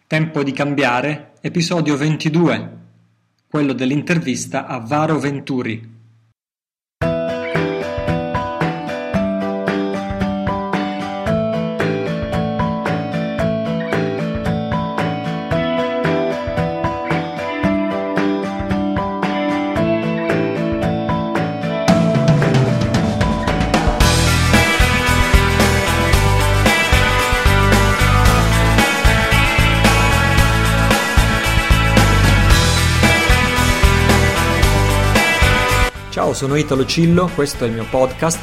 Tempo di cambiare, episodio 22, quello dell'intervista a Varo Venturi. Ciao, sono Italo Cillo, questo è il mio podcast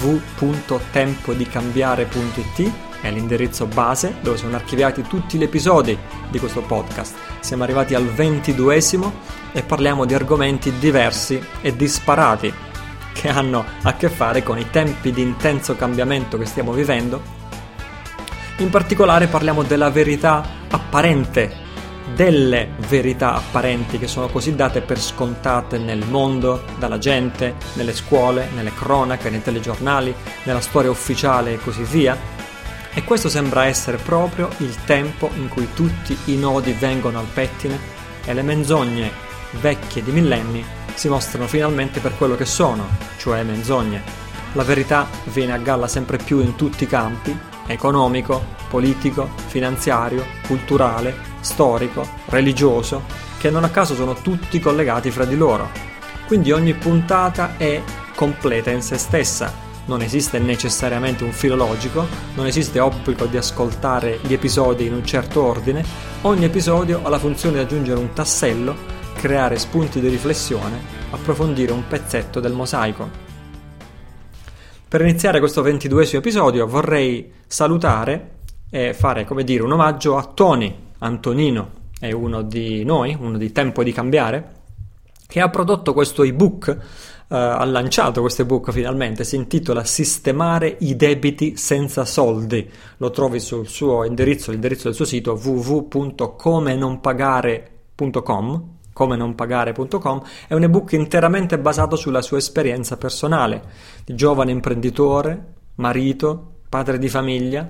www.tempodicambiare.it, è l'indirizzo base dove sono archiviati tutti gli episodi di questo podcast. Siamo arrivati al 22esimo e parliamo di argomenti diversi e disparati che hanno a che fare con i tempi di intenso cambiamento che stiamo vivendo. In particolare parliamo della verità apparente, delle verità apparenti che sono così date per scontate nel mondo, dalla gente, nelle scuole, nelle cronache, nei telegiornali, nella storia ufficiale e così via. E questo sembra essere proprio il tempo in cui tutti i nodi vengono al pettine e le menzogne vecchie di millenni si mostrano finalmente per quello che sono, cioè menzogne. La verità viene a galla sempre più in tutti i campi: economico, politico, finanziario, culturale, storico, religioso, che non a caso sono tutti collegati fra di loro. Quindi ogni puntata è completa in se stessa. Non esiste necessariamente un filo logico, non esiste obbligo di ascoltare gli episodi in un certo ordine. Ogni episodio ha la funzione di aggiungere un tassello, creare spunti di riflessione, approfondire un pezzetto del mosaico. Per iniziare questo 22esimo episodio vorrei salutare e fare, un omaggio a Tony. Antonino è uno di noi, uno di Tempo di Cambiare, che ha prodotto questo ebook, ha lanciato questo ebook finalmente, si intitola Sistemare i debiti senza soldi. Lo trovi sul suo l'indirizzo del suo sito www.comenonpagare.com. È un ebook interamente basato sulla sua esperienza personale di giovane imprenditore, marito, padre di famiglia.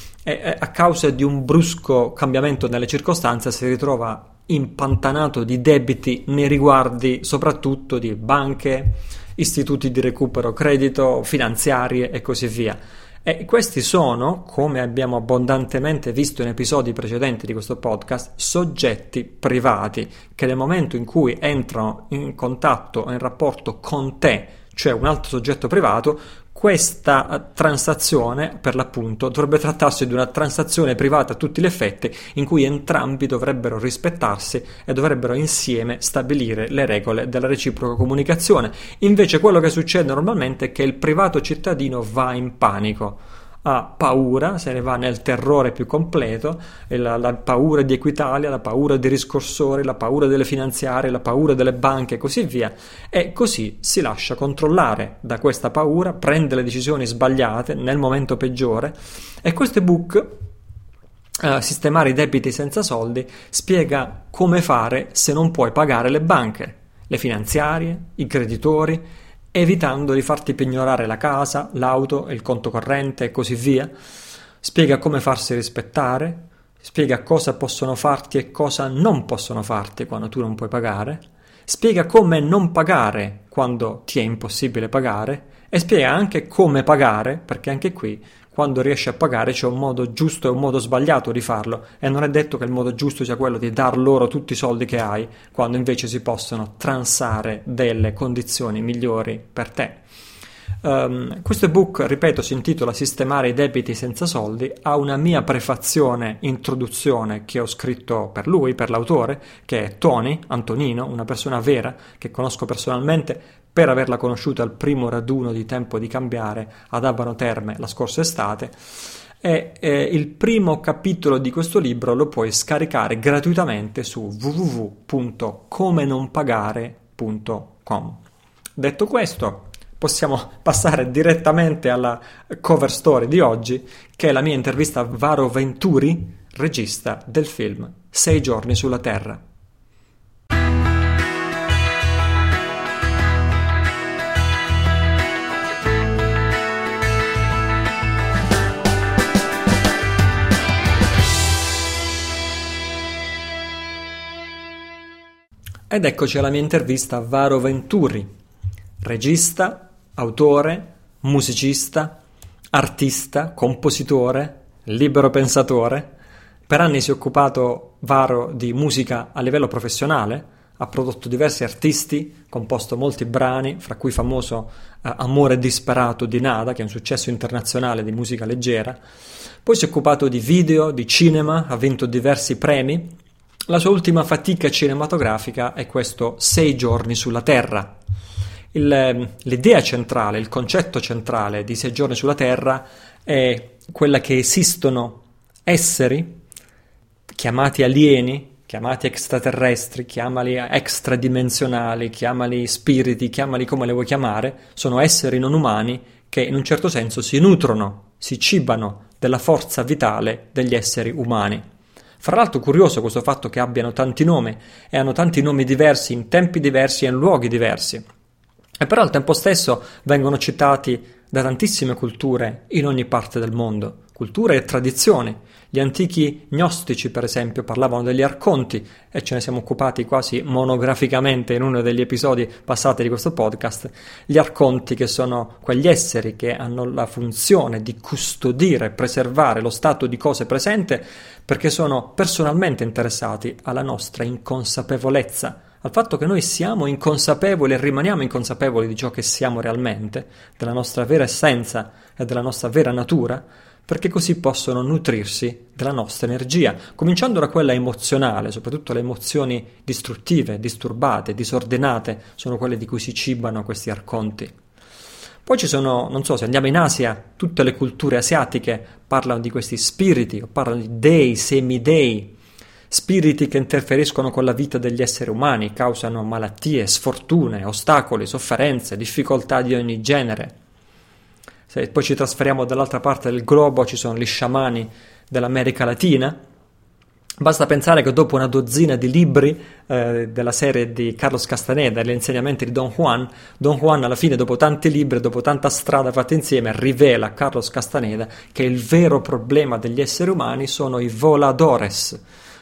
E a causa di un brusco cambiamento nelle circostanze si ritrova impantanato di debiti nei riguardi soprattutto di banche, istituti di recupero credito, finanziarie e così via. E questi sono, come abbiamo abbondantemente visto in episodi precedenti di questo podcast, soggetti privati che nel momento in cui entrano in contatto o in rapporto con te, cioè un altro soggetto privato, questa transazione, per l'appunto, dovrebbe trattarsi di una transazione privata a tutti gli effetti, in cui entrambi dovrebbero rispettarsi e dovrebbero insieme stabilire le regole della reciproca comunicazione. Invece quello che succede normalmente è che il privato cittadino va in panico, ha paura, se ne va nel terrore più completo, la paura di Equitalia, la paura dei riscorsori, la paura delle finanziarie, la paura delle banche e così via, e così si lascia controllare da questa paura, prende le decisioni sbagliate nel momento peggiore. E questo ebook, Sistemare i debiti senza soldi, spiega come fare se non puoi pagare le banche, le finanziarie, i creditori, evitando di farti pignorare la casa, l'auto, il conto corrente e così via. Spiega come farsi rispettare, spiega cosa possono farti e cosa non possono farti quando tu non puoi pagare, spiega come non pagare quando ti è impossibile pagare e spiega anche come pagare, perché anche qui quando riesci a pagare c'è un modo giusto e un modo sbagliato di farlo, e non è detto che il modo giusto sia quello di dar loro tutti i soldi che hai, quando invece si possono transare delle condizioni migliori per te. Questo ebook, ripeto, si intitola Sistemare i debiti senza soldi, ha una mia prefazione, introduzione che ho scritto per lui, per l'autore, che è Tony, Antonino, una persona vera che conosco personalmente per averla conosciuta al primo raduno di Tempo di Cambiare ad Abano Terme la scorsa estate. E il primo capitolo di questo libro lo puoi scaricare gratuitamente su www.comenonpagare.com. Detto questo, possiamo passare direttamente alla cover story di oggi, che è la mia intervista a Varo Venturi, regista del film 6 giorni sulla Terra. Ed eccoci alla mia intervista a Varo Venturi, regista, autore, musicista, artista, compositore, libero pensatore. Per anni si è occupato Varo di musica a livello professionale, ha prodotto diversi artisti, composto molti brani, fra cui famoso Amore disperato di Nada, che è un successo internazionale di musica leggera. Poi si è occupato di video, di cinema, ha vinto diversi premi. La sua ultima fatica cinematografica è questo 6 giorni sulla Terra. L'idea centrale, il concetto centrale di 6 giorni sulla Terra è quella che esistono esseri chiamati alieni, chiamati extraterrestri, chiamali extradimensionali, chiamali spiriti, chiamali come le vuoi chiamare, sono esseri non umani che in un certo senso si nutrono, si cibano della forza vitale degli esseri umani. Fra l'altro curioso questo fatto che abbiano tanti nomi e hanno tanti nomi diversi in tempi diversi e in luoghi diversi. E però al tempo stesso vengono citati da tantissime culture in ogni parte del mondo, culture e tradizioni. Gli antichi gnostici, per esempio, parlavano degli arconti e ce ne siamo occupati quasi monograficamente in uno degli episodi passati di questo podcast. Gli arconti, che sono quegli esseri che hanno la funzione di custodire e preservare lo stato di cose presente perché sono personalmente interessati alla nostra inconsapevolezza, al fatto che noi siamo inconsapevoli e rimaniamo inconsapevoli di ciò che siamo realmente, della nostra vera essenza e della nostra vera natura, perché così possono nutrirsi della nostra energia, cominciando da quella emozionale, soprattutto le emozioni distruttive, disturbate, disordinate, sono quelle di cui si cibano questi arconti. Poi ci sono, non so, se andiamo in Asia, tutte le culture asiatiche parlano di questi spiriti, o parlano di dei, semidei, spiriti che interferiscono con la vita degli esseri umani, causano malattie, sfortune, ostacoli, sofferenze, difficoltà di ogni genere. Se poi ci trasferiamo dall'altra parte del globo, ci sono gli sciamani dell'America Latina. Basta pensare che dopo una dozzina di libri della serie di Carlos Castaneda e gli insegnamenti di Don Juan alla fine, dopo tanti libri, dopo tanta strada fatta insieme, rivela a Carlos Castaneda che il vero problema degli esseri umani sono i voladores,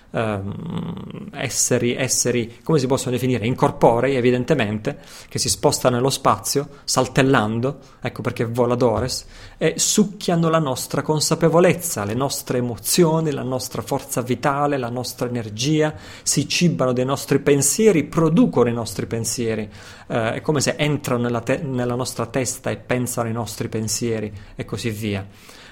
esseri, come si possono definire? Incorporei, evidentemente, che si spostano nello spazio, saltellando, ecco perché voladores, e succhiano la nostra consapevolezza, le nostre emozioni, la nostra forza vitale, la nostra energia, si cibano dei nostri pensieri, producono i nostri pensieri, è come se entrano nella nostra testa e pensano i nostri pensieri, e così via.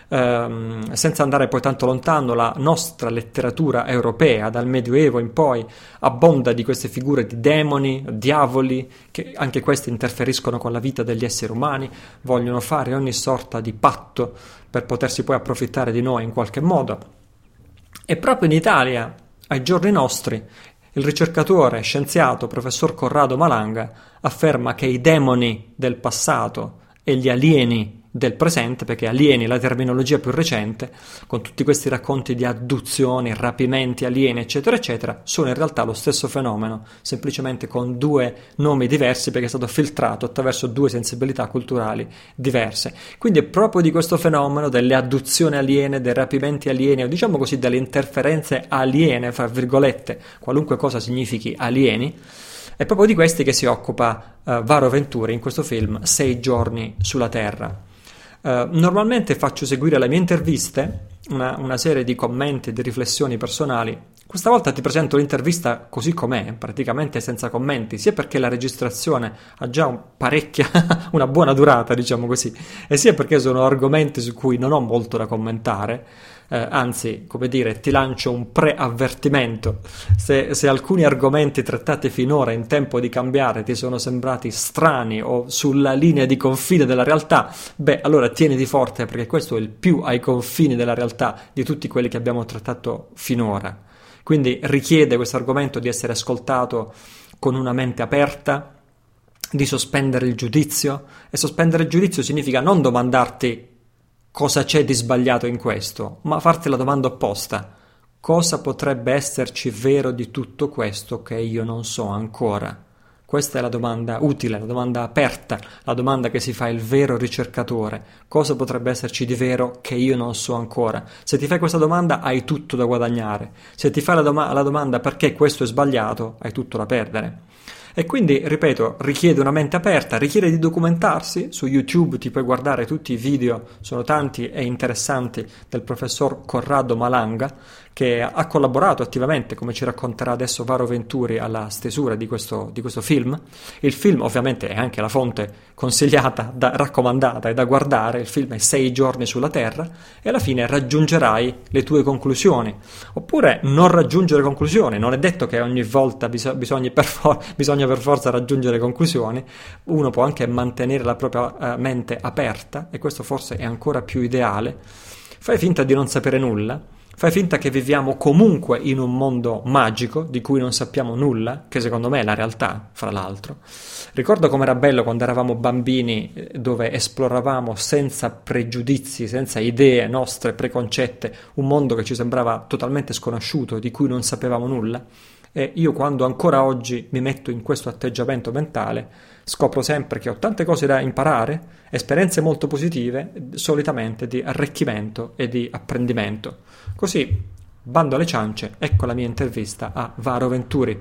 Senza andare poi tanto lontano, la nostra letteratura europea dal Medioevo in poi abbonda di queste figure di demoni, diavoli, che anche questi interferiscono con la vita degli esseri umani, vogliono fare ogni sorta di patto per potersi poi approfittare di noi in qualche modo. E proprio in Italia, ai giorni nostri, il ricercatore, scienziato, professor Corrado Malanga afferma che i demoni del passato e gli alieni del presente, perché alieni è la terminologia più recente, con tutti questi racconti di adduzioni, rapimenti alieni, eccetera, eccetera, sono in realtà lo stesso fenomeno, semplicemente con due nomi diversi perché è stato filtrato attraverso due sensibilità culturali diverse. Quindi è proprio di questo fenomeno delle adduzioni aliene, dei rapimenti alieni, o diciamo così delle interferenze aliene, fra virgolette, qualunque cosa significhi alieni, è proprio di questi che si occupa Varo Venturi in questo film 6 giorni sulla Terra. Normalmente faccio seguire alle mie interviste una serie di commenti e di riflessioni personali. Questa volta ti presento l'intervista così com'è, praticamente senza commenti, sia perché la registrazione ha già una buona durata, diciamo così, e sia perché sono argomenti su cui non ho molto da commentare. Anzi, come dire, ti lancio un preavvertimento. Se alcuni argomenti trattati finora in Tempo di Cambiare ti sono sembrati strani o sulla linea di confine della realtà, beh, allora tieniti forte, perché questo è il più ai confini della realtà di tutti quelli che abbiamo trattato finora. Quindi richiede questo argomento di essere ascoltato con una mente aperta, di sospendere il giudizio, e sospendere il giudizio significa non domandarti cosa c'è di sbagliato in questo, ma farti la domanda opposta: cosa potrebbe esserci vero di tutto questo che io non so ancora? Questa è la domanda utile, la domanda aperta, la domanda che si fa il vero ricercatore. Cosa potrebbe esserci di vero che io non so ancora? Se ti fai questa domanda hai tutto da guadagnare. Se ti fai la domanda perché questo è sbagliato, hai tutto da perdere. E quindi, ripeto, richiede una mente aperta, richiede di documentarsi. Su YouTube ti puoi guardare tutti i video, sono tanti e interessanti, del professor Corrado Malanga, che ha collaborato attivamente, come ci racconterà adesso Varo Venturi, alla stesura di questo film. Il film ovviamente è anche la fonte consigliata, raccomandata e da guardare. Il film è 6 giorni sulla Terra e alla fine raggiungerai le tue conclusioni. Oppure non raggiungere conclusioni, non è detto che ogni volta bisogna per forza raggiungere conclusioni. Uno può anche mantenere la propria mente aperta, e questo forse è ancora più ideale. Fai finta di non sapere nulla, fai finta che viviamo comunque in un mondo magico di cui non sappiamo nulla, che secondo me è la realtà, fra l'altro. Ricordo com'era bello quando eravamo bambini, dove esploravamo senza pregiudizi, senza idee nostre preconcette, un mondo che ci sembrava totalmente sconosciuto, di cui non sapevamo nulla. E io, quando ancora oggi mi metto in questo atteggiamento mentale, scopro sempre che ho tante cose da imparare, esperienze molto positive, solitamente di arricchimento e di apprendimento. Così, bando alle ciance, ecco la mia intervista a Varo Venturi.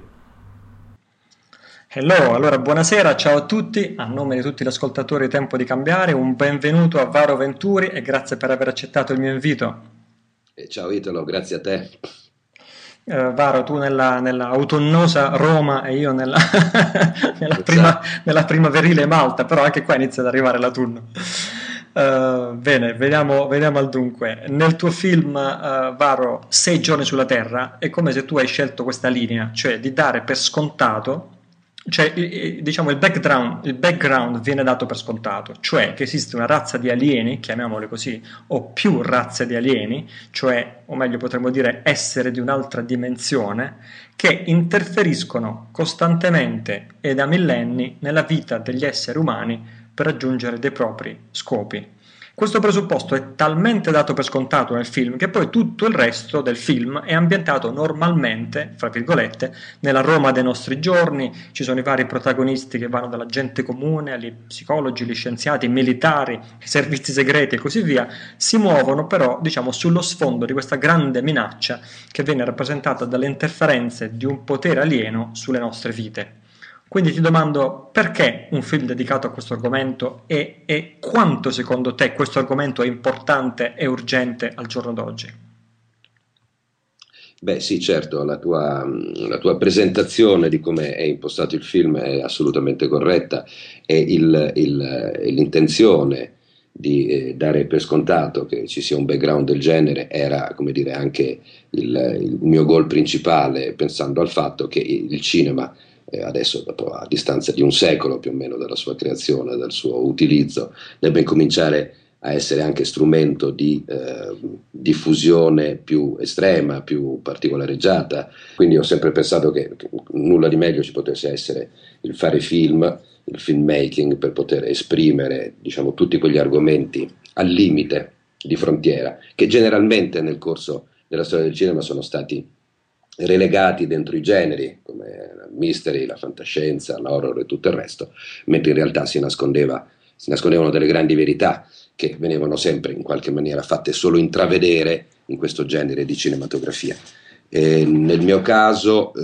Hello, allora buonasera, ciao a tutti, a nome di tutti gli ascoltatori di Tempo di Cambiare, un benvenuto a Varo Venturi e grazie per aver accettato il mio invito. Ciao Italo, grazie a te. Varo, tu nella autunnosa Roma e io nella primaverile Malta, però anche qua inizia ad arrivare l'autunno. Bene, vediamo al dunque. Nel tuo film, Varo, 6 giorni sulla Terra, è come se tu hai scelto questa linea, cioè di dare per scontato, cioè diciamo il background viene dato per scontato, cioè che esiste una razza di alieni, chiamiamole così, o più razze di alieni, cioè, o meglio potremmo dire esseri di un'altra dimensione, che interferiscono costantemente e da millenni nella vita degli esseri umani per raggiungere dei propri scopi. Questo presupposto è talmente dato per scontato nel film che poi tutto il resto del film è ambientato normalmente, fra virgolette, nella Roma dei nostri giorni. Ci sono i vari protagonisti che vanno dalla gente comune agli psicologi, agli scienziati, ai militari, ai servizi segreti e così via. Si muovono però, diciamo, sullo sfondo di questa grande minaccia che viene rappresentata dalle interferenze di un potere alieno sulle nostre vite. Quindi ti domando, perché un film dedicato a questo argomento e quanto secondo te questo argomento è importante e urgente al giorno d'oggi? Beh sì, certo, la tua presentazione di come è impostato il film è assolutamente corretta e l'intenzione di dare per scontato che ci sia un background del genere era, come dire, anche il mio goal principale, pensando al fatto che il cinema adesso, a distanza di un secolo più o meno dalla sua creazione, dal suo utilizzo, debba incominciare a essere anche strumento di diffusione più estrema, più particolareggiata. Quindi ho sempre pensato che nulla di meglio ci potesse essere il fare film, il filmmaking, per poter esprimere, diciamo, tutti quegli argomenti al limite di frontiera, che generalmente nel corso della storia del cinema sono stati relegati dentro i generi, come il mystery, la fantascienza, l'horror e tutto il resto, mentre in realtà si nascondevano delle grandi verità che venivano sempre in qualche maniera fatte solo intravedere in questo genere di cinematografia. Nel mio caso,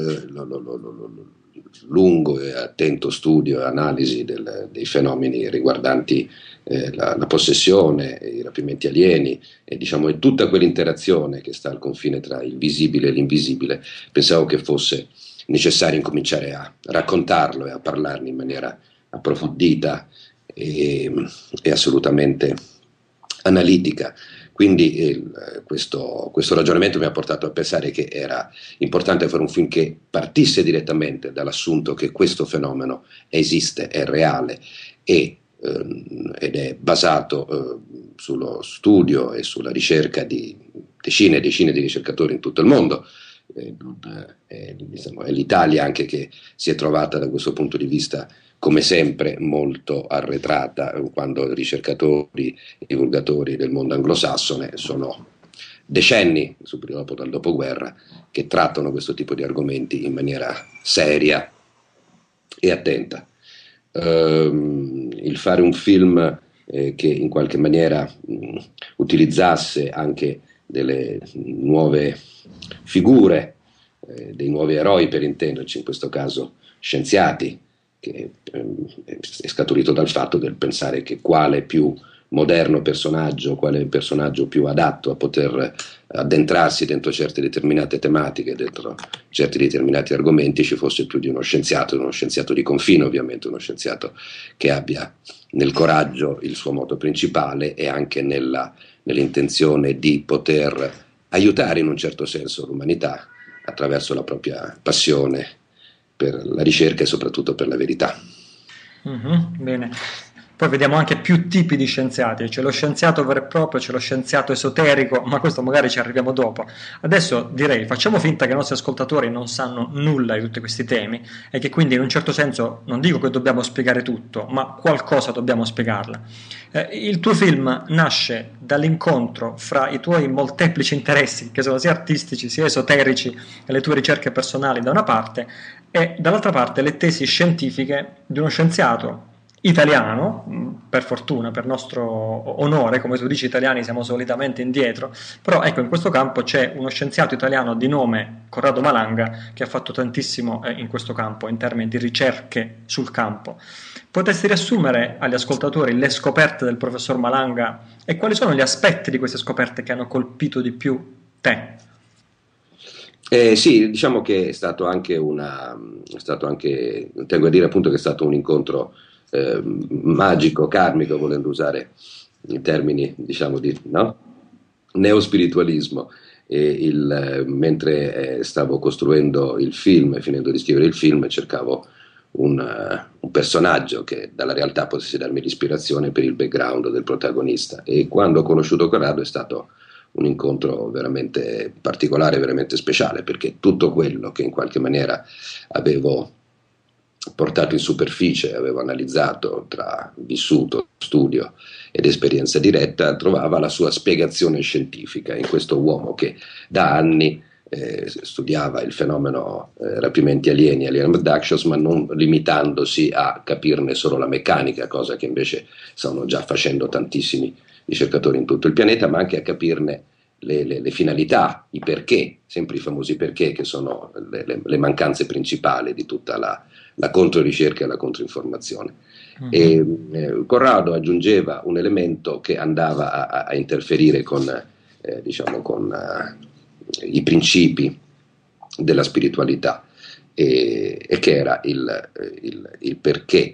lungo e attento studio e analisi dei fenomeni riguardanti la possessione, i rapimenti alieni e diciamo e tutta quell'interazione che sta al confine tra il visibile e l'invisibile, pensavo che fosse necessario incominciare a raccontarlo e a parlarne in maniera approfondita e assolutamente analitica. Quindi questo ragionamento mi ha portato a pensare che era importante fare un film che partisse direttamente dall'assunto che questo fenomeno esiste, è reale ed è basato sullo studio e sulla ricerca di decine e decine di ricercatori in tutto il mondo. Diciamo, è l'Italia anche che si è trovata da questo punto di vista, come sempre, molto arretrata, quando ricercatori e divulgatori del mondo anglosassone sono decenni, subito dopo dal dopoguerra, che trattano questo tipo di argomenti in maniera seria e attenta. Il fare un film che in qualche maniera utilizzasse anche delle nuove figure, dei nuovi eroi per intenderci, in questo caso scienziati, che è scaturito dal fatto del pensare che quale più moderno personaggio, quale personaggio più adatto a poter addentrarsi dentro certe determinate tematiche, dentro certi determinati argomenti, ci fosse più di uno scienziato di confine ovviamente, uno scienziato che abbia nel coraggio il suo moto principale e anche nell'intenzione di poter aiutare in un certo senso l'umanità attraverso la propria passione per la ricerca e soprattutto per la verità. Bene. Poi vediamo anche più tipi di scienziati, c'è lo scienziato vero e proprio, c'è lo scienziato esoterico, ma questo magari ci arriviamo dopo. Adesso direi, facciamo finta che i nostri ascoltatori non sanno nulla di tutti questi temi e che quindi in un certo senso, non dico che dobbiamo spiegare tutto, ma qualcosa dobbiamo spiegarla. Il tuo film nasce dall'incontro fra i tuoi molteplici interessi, che sono sia artistici sia esoterici, e le tue ricerche personali da una parte, e dall'altra parte le tesi scientifiche di uno scienziato italiano, per fortuna, per nostro onore, come tu dici, italiani siamo solitamente indietro, però ecco, in questo campo c'è uno scienziato italiano di nome Corrado Malanga che ha fatto tantissimo in questo campo, in termini di ricerche sul campo. Potresti riassumere agli ascoltatori le scoperte del professor Malanga e quali sono gli aspetti di queste scoperte che hanno colpito di più te? Sì, diciamo che tengo a dire appunto che è stato un incontro magico, karmico, volendo usare i termini, diciamo, di no? Neospiritualismo. Mentre stavo costruendo il film, finendo di scrivere il film, cercavo un personaggio che dalla realtà potesse darmi l'ispirazione per il background del protagonista. E quando ho conosciuto Corrado è stato un incontro veramente particolare, veramente speciale, perché tutto quello che in qualche maniera avevo portato in superficie, avevo analizzato tra vissuto, studio ed esperienza diretta, trovava la sua spiegazione scientifica in questo uomo che da anni studiava il fenomeno rapimenti alieni, alien abductions, ma non limitandosi a capirne solo la meccanica, cosa che invece stanno già facendo tantissimi ricercatori in tutto il pianeta, ma anche a capirne le finalità, i perché, sempre i famosi perché, che sono le mancanze principali di tutta la controricerca e la controinformazione. E Corrado aggiungeva un elemento che andava a interferire con i principi della spiritualità e che era il perché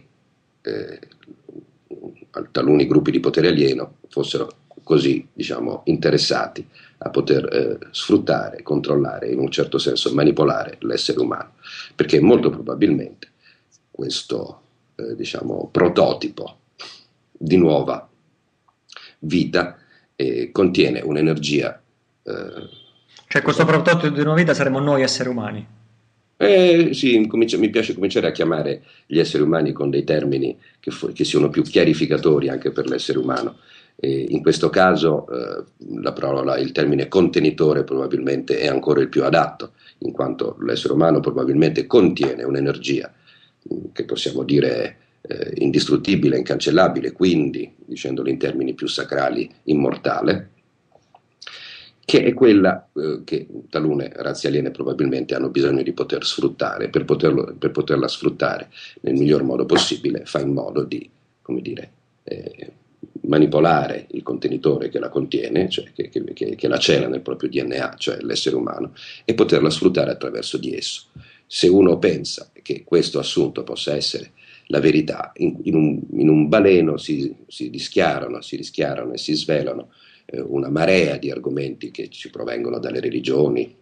taluni gruppi di potere alieno fossero così, diciamo, interessati a poter sfruttare, controllare, in un certo senso manipolare l'essere umano, perché molto probabilmente questo diciamo, prototipo di nuova vita contiene un'energia. Cioè questo prototipo di nuova vita saremo noi esseri umani. Sì, mi piace cominciare a chiamare gli esseri umani con dei termini che siano più chiarificatori anche per l'essere umano. In questo caso il termine contenitore probabilmente è ancora il più adatto, in quanto l'essere umano probabilmente contiene un'energia che possiamo dire indistruttibile, incancellabile, quindi, dicendolo in termini più sacrali, immortale, che è quella che talune razze aliene probabilmente hanno bisogno di poter sfruttare. Per poterla sfruttare nel miglior modo possibile, fa in modo di, come dire, manipolare il contenitore che la contiene, cioè che la cela nel proprio DNA, cioè l'essere umano, e poterla sfruttare attraverso di esso. Se uno pensa che questo assunto possa essere la verità, in un baleno si rischiarano e si svelano una marea di argomenti che ci provengono dalle religioni,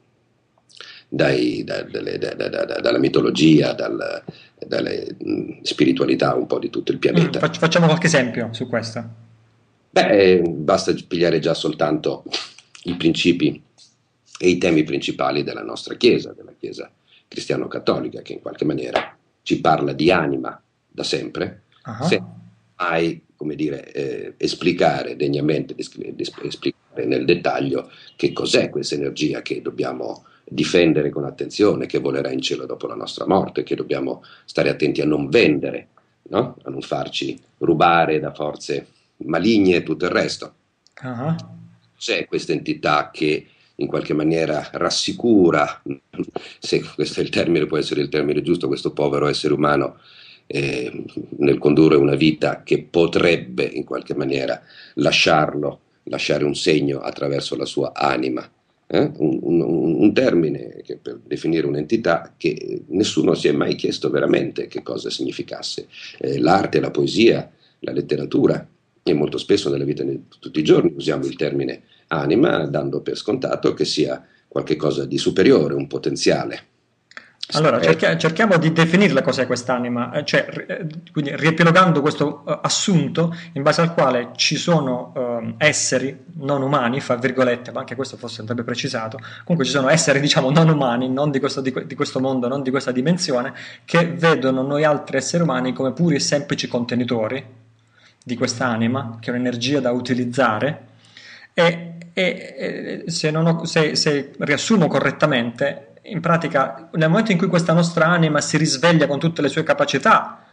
dalla mitologia, dalle spiritualità un po' di tutto il pianeta. Facciamo qualche esempio su questo. Basta pigliare già soltanto i principi e i temi principali della nostra Chiesa, della Chiesa cristiano-cattolica, che in qualche maniera ci parla di anima da sempre, senza mai, come dire, esplicare degnamente, esplicare nel dettaglio che cos'è questa energia che dobbiamo difendere con attenzione, che volerà in cielo dopo la nostra morte, che dobbiamo stare attenti a non vendere, no? A non farci rubare da forze maligne e tutto il resto. Ah. C'è questa entità che in qualche maniera rassicura, se questo è il termine, può essere il termine giusto, questo povero essere umano nel condurre una vita che potrebbe in qualche maniera lasciare un segno attraverso la sua anima. Un termine che per definire un'entità che nessuno si è mai chiesto veramente che cosa significasse. L'arte, la poesia, la letteratura, e molto spesso nella vita di tutti i giorni usiamo il termine anima dando per scontato che sia qualcosa di superiore, un potenziale. Allora, cerchiamo di definirla cos'è quest'anima, quindi riepilogando questo assunto in base al quale ci sono esseri non umani, fra virgolette, ma anche questo forse andrebbe precisato, comunque ci sono esseri diciamo non umani, non di questo mondo, non di questa dimensione, che vedono noi altri esseri umani come puri e semplici contenitori di quest'anima, che è un'energia da utilizzare e se riassumo correttamente, in pratica, nel momento in cui questa nostra anima si risveglia con tutte le sue capacità,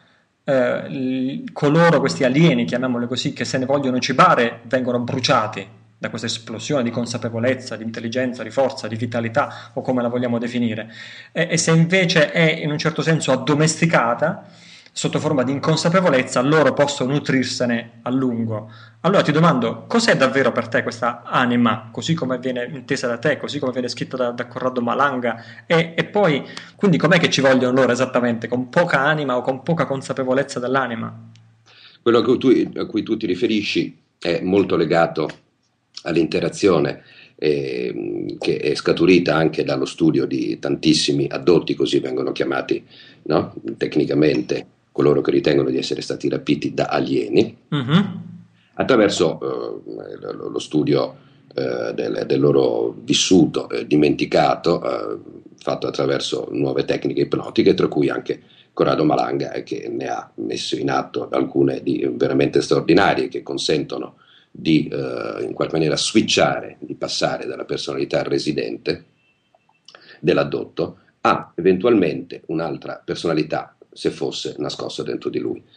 questi alieni, chiamiamoli così, che se ne vogliono cibare, vengono bruciati da questa esplosione di consapevolezza, di intelligenza, di forza, di vitalità, o come la vogliamo definire. E se invece è in un certo senso addomesticata, sotto forma di inconsapevolezza, loro possono nutrirsene a lungo. Allora ti domando, cos'è davvero per te questa anima, così come viene intesa da te, così come viene scritta da Corrado Malanga, e poi, quindi com'è che ci vogliono loro esattamente, con poca anima o con poca consapevolezza dell'anima? Quello a cui tu ti riferisci è molto legato all'interazione che è scaturita anche dallo studio di tantissimi addotti, così vengono chiamati, no? Tecnicamente coloro che ritengono di essere stati rapiti da alieni, attraverso lo studio del loro vissuto dimenticato, fatto attraverso nuove tecniche ipnotiche, tra cui anche Corrado Malanga, che ne ha messo in atto alcune veramente straordinarie, che consentono di in qualche maniera switchare, di passare dalla personalità residente dell'addotto a eventualmente un'altra personalità, se fosse nascosta dentro di lui.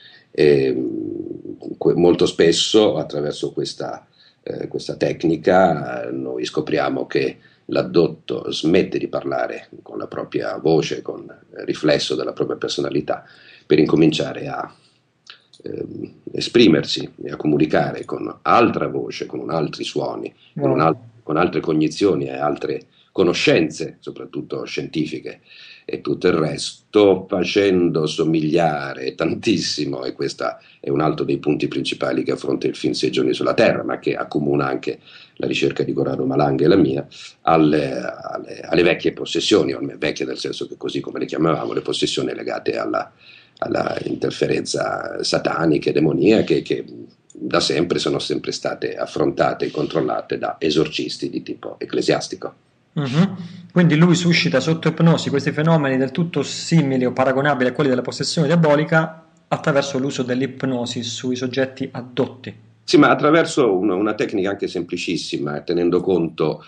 Molto spesso attraverso questa tecnica noi scopriamo che l'addotto smette di parlare con la propria voce, con il riflesso della propria personalità, per incominciare a esprimersi e a comunicare con altra voce, con altri suoni, con altre cognizioni e altre conoscenze, soprattutto scientifiche, e tutto il resto, facendo somigliare tantissimo, e questo è un altro dei punti principali che affronta il film Sei giorni sulla Terra, ma che accomuna anche la ricerca di Corrado Malanga e la mia, alle vecchie possessioni, o vecchie nel senso che così come le chiamavamo, le possessioni legate alla interferenza satanica e demoniache, che da sempre sono sempre state affrontate e controllate da esorcisti di tipo ecclesiastico. Quindi lui suscita sotto ipnosi questi fenomeni del tutto simili o paragonabili a quelli della possessione diabolica attraverso l'uso dell'ipnosi sui soggetti addotti. Sì, ma attraverso una tecnica anche semplicissima, tenendo conto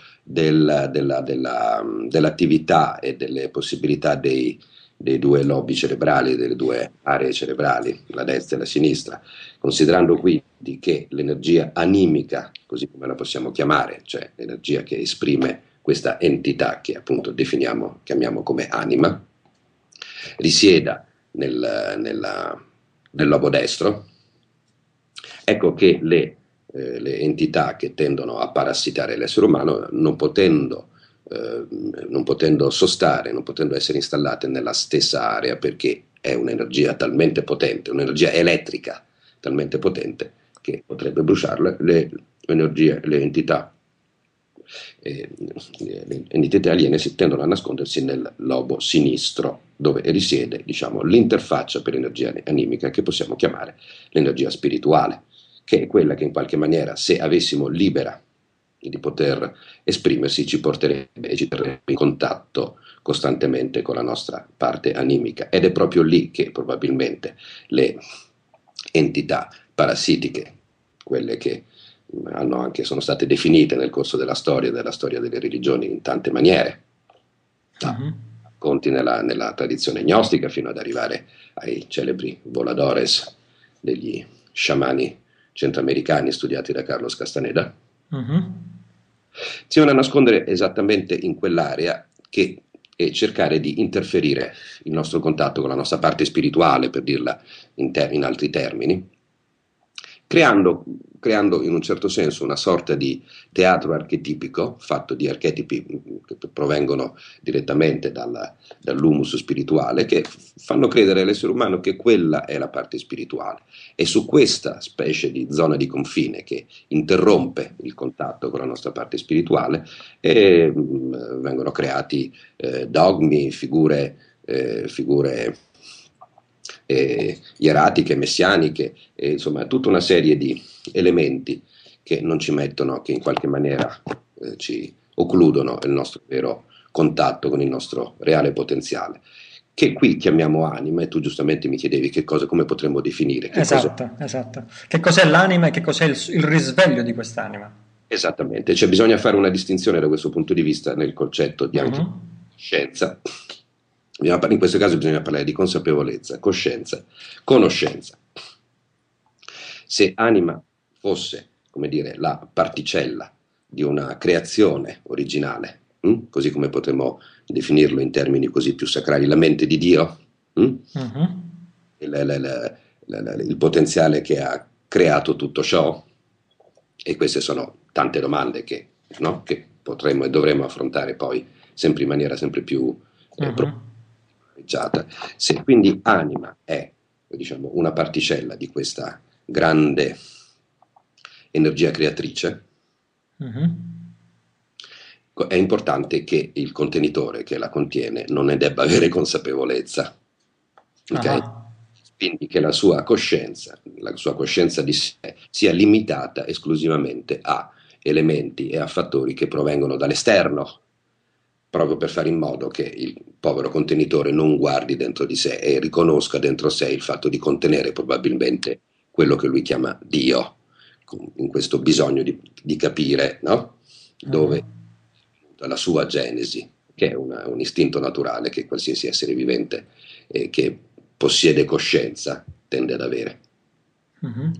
dell'attività e delle possibilità dei due lobi cerebrali, delle due aree cerebrali, la destra e la sinistra, considerando quindi che l'energia animica, così come la possiamo chiamare, cioè l'energia che esprime questa entità che appunto chiamiamo come anima, risieda nel lobo destro, ecco che le entità che tendono a parassitare l'essere umano, non potendo sostare, non potendo essere installate nella stessa area, perché è un'energia talmente potente, un'energia elettrica talmente potente che potrebbe bruciarla, le entità aliene si tendono a nascondersi nel lobo sinistro, dove risiede, diciamo, l'interfaccia per l'energia animica che possiamo chiamare l'energia spirituale, che è quella che in qualche maniera, se avessimo libera di poter esprimersi, ci porterebbe e ci terrebbe in contatto costantemente con la nostra parte animica, ed è proprio lì che probabilmente le entità parassitiche, quelle che sono state definite nel corso della storia delle religioni in tante maniere, Mhm. Conti nella tradizione gnostica fino ad arrivare ai celebri voladores degli sciamani centroamericani studiati da Carlos Castaneda, Mhm. si vanno a nascondere esattamente in quell'area che e cercare di interferire il nostro contatto con la nostra parte spirituale, per dirla in altri termini, creando, creando in un certo senso una sorta di teatro archetipico fatto di archetipi che provengono direttamente dall'humus spirituale, che fanno credere all'essere umano che quella è la parte spirituale. E su questa specie di zona di confine che interrompe il contatto con la nostra parte spirituale vengono creati dogmi, figure ieratiche, messianiche, insomma tutta una serie di elementi che non ci mettono, che in qualche maniera ci occludono il nostro vero contatto con il nostro reale potenziale, che qui chiamiamo anima, e tu giustamente mi chiedevi che cosa, come potremmo definire, che cosa. Esatto, esatto. Che cos'è l'anima e che cos'è il risveglio di quest'anima? Esattamente, cioè bisogna fare una distinzione da questo punto di vista nel concetto di anche Mhm. scienza. In questo caso bisogna parlare di consapevolezza, coscienza, conoscenza. Se anima fosse, come dire, la particella di una creazione originale, così come potremmo definirlo in termini così più sacrali, la mente di Dio, Mhm. il potenziale che ha creato tutto ciò, e queste sono tante domande che, no, che potremmo e dovremmo affrontare poi sempre in maniera sempre più Mhm. profondiciata. Se quindi anima è, diciamo, una particella di questa grande energia creatrice, Mhm. è importante che il contenitore che la contiene non ne debba avere consapevolezza, ok? Ah. Quindi che la sua coscienza di sé, sia limitata esclusivamente a elementi e a fattori che provengono dall'esterno, proprio per fare in modo che il povero contenitore non guardi dentro di sé e riconosca dentro sé il fatto di contenere probabilmente quello che lui chiama Dio, in questo bisogno di capire, no? Dove è Mhm. venuta la sua genesi, che è un istinto naturale che qualsiasi essere vivente che possiede coscienza tende ad avere. Mhm.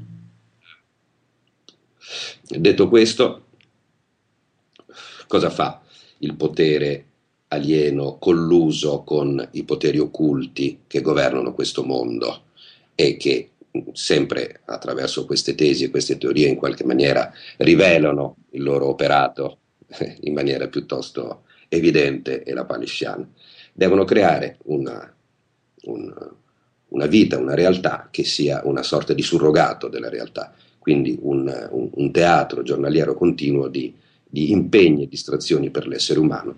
Detto questo, cosa fa il potere alieno colluso con i poteri occulti che governano questo mondo e che sempre attraverso queste tesi e queste teorie in qualche maniera rivelano il loro operato in maniera piuttosto evidente e lapalissiana? Devono creare un- una vita, una realtà che sia una sorta di surrogato della realtà, quindi un teatro giornaliero continuo di impegni e distrazioni per l'essere umano,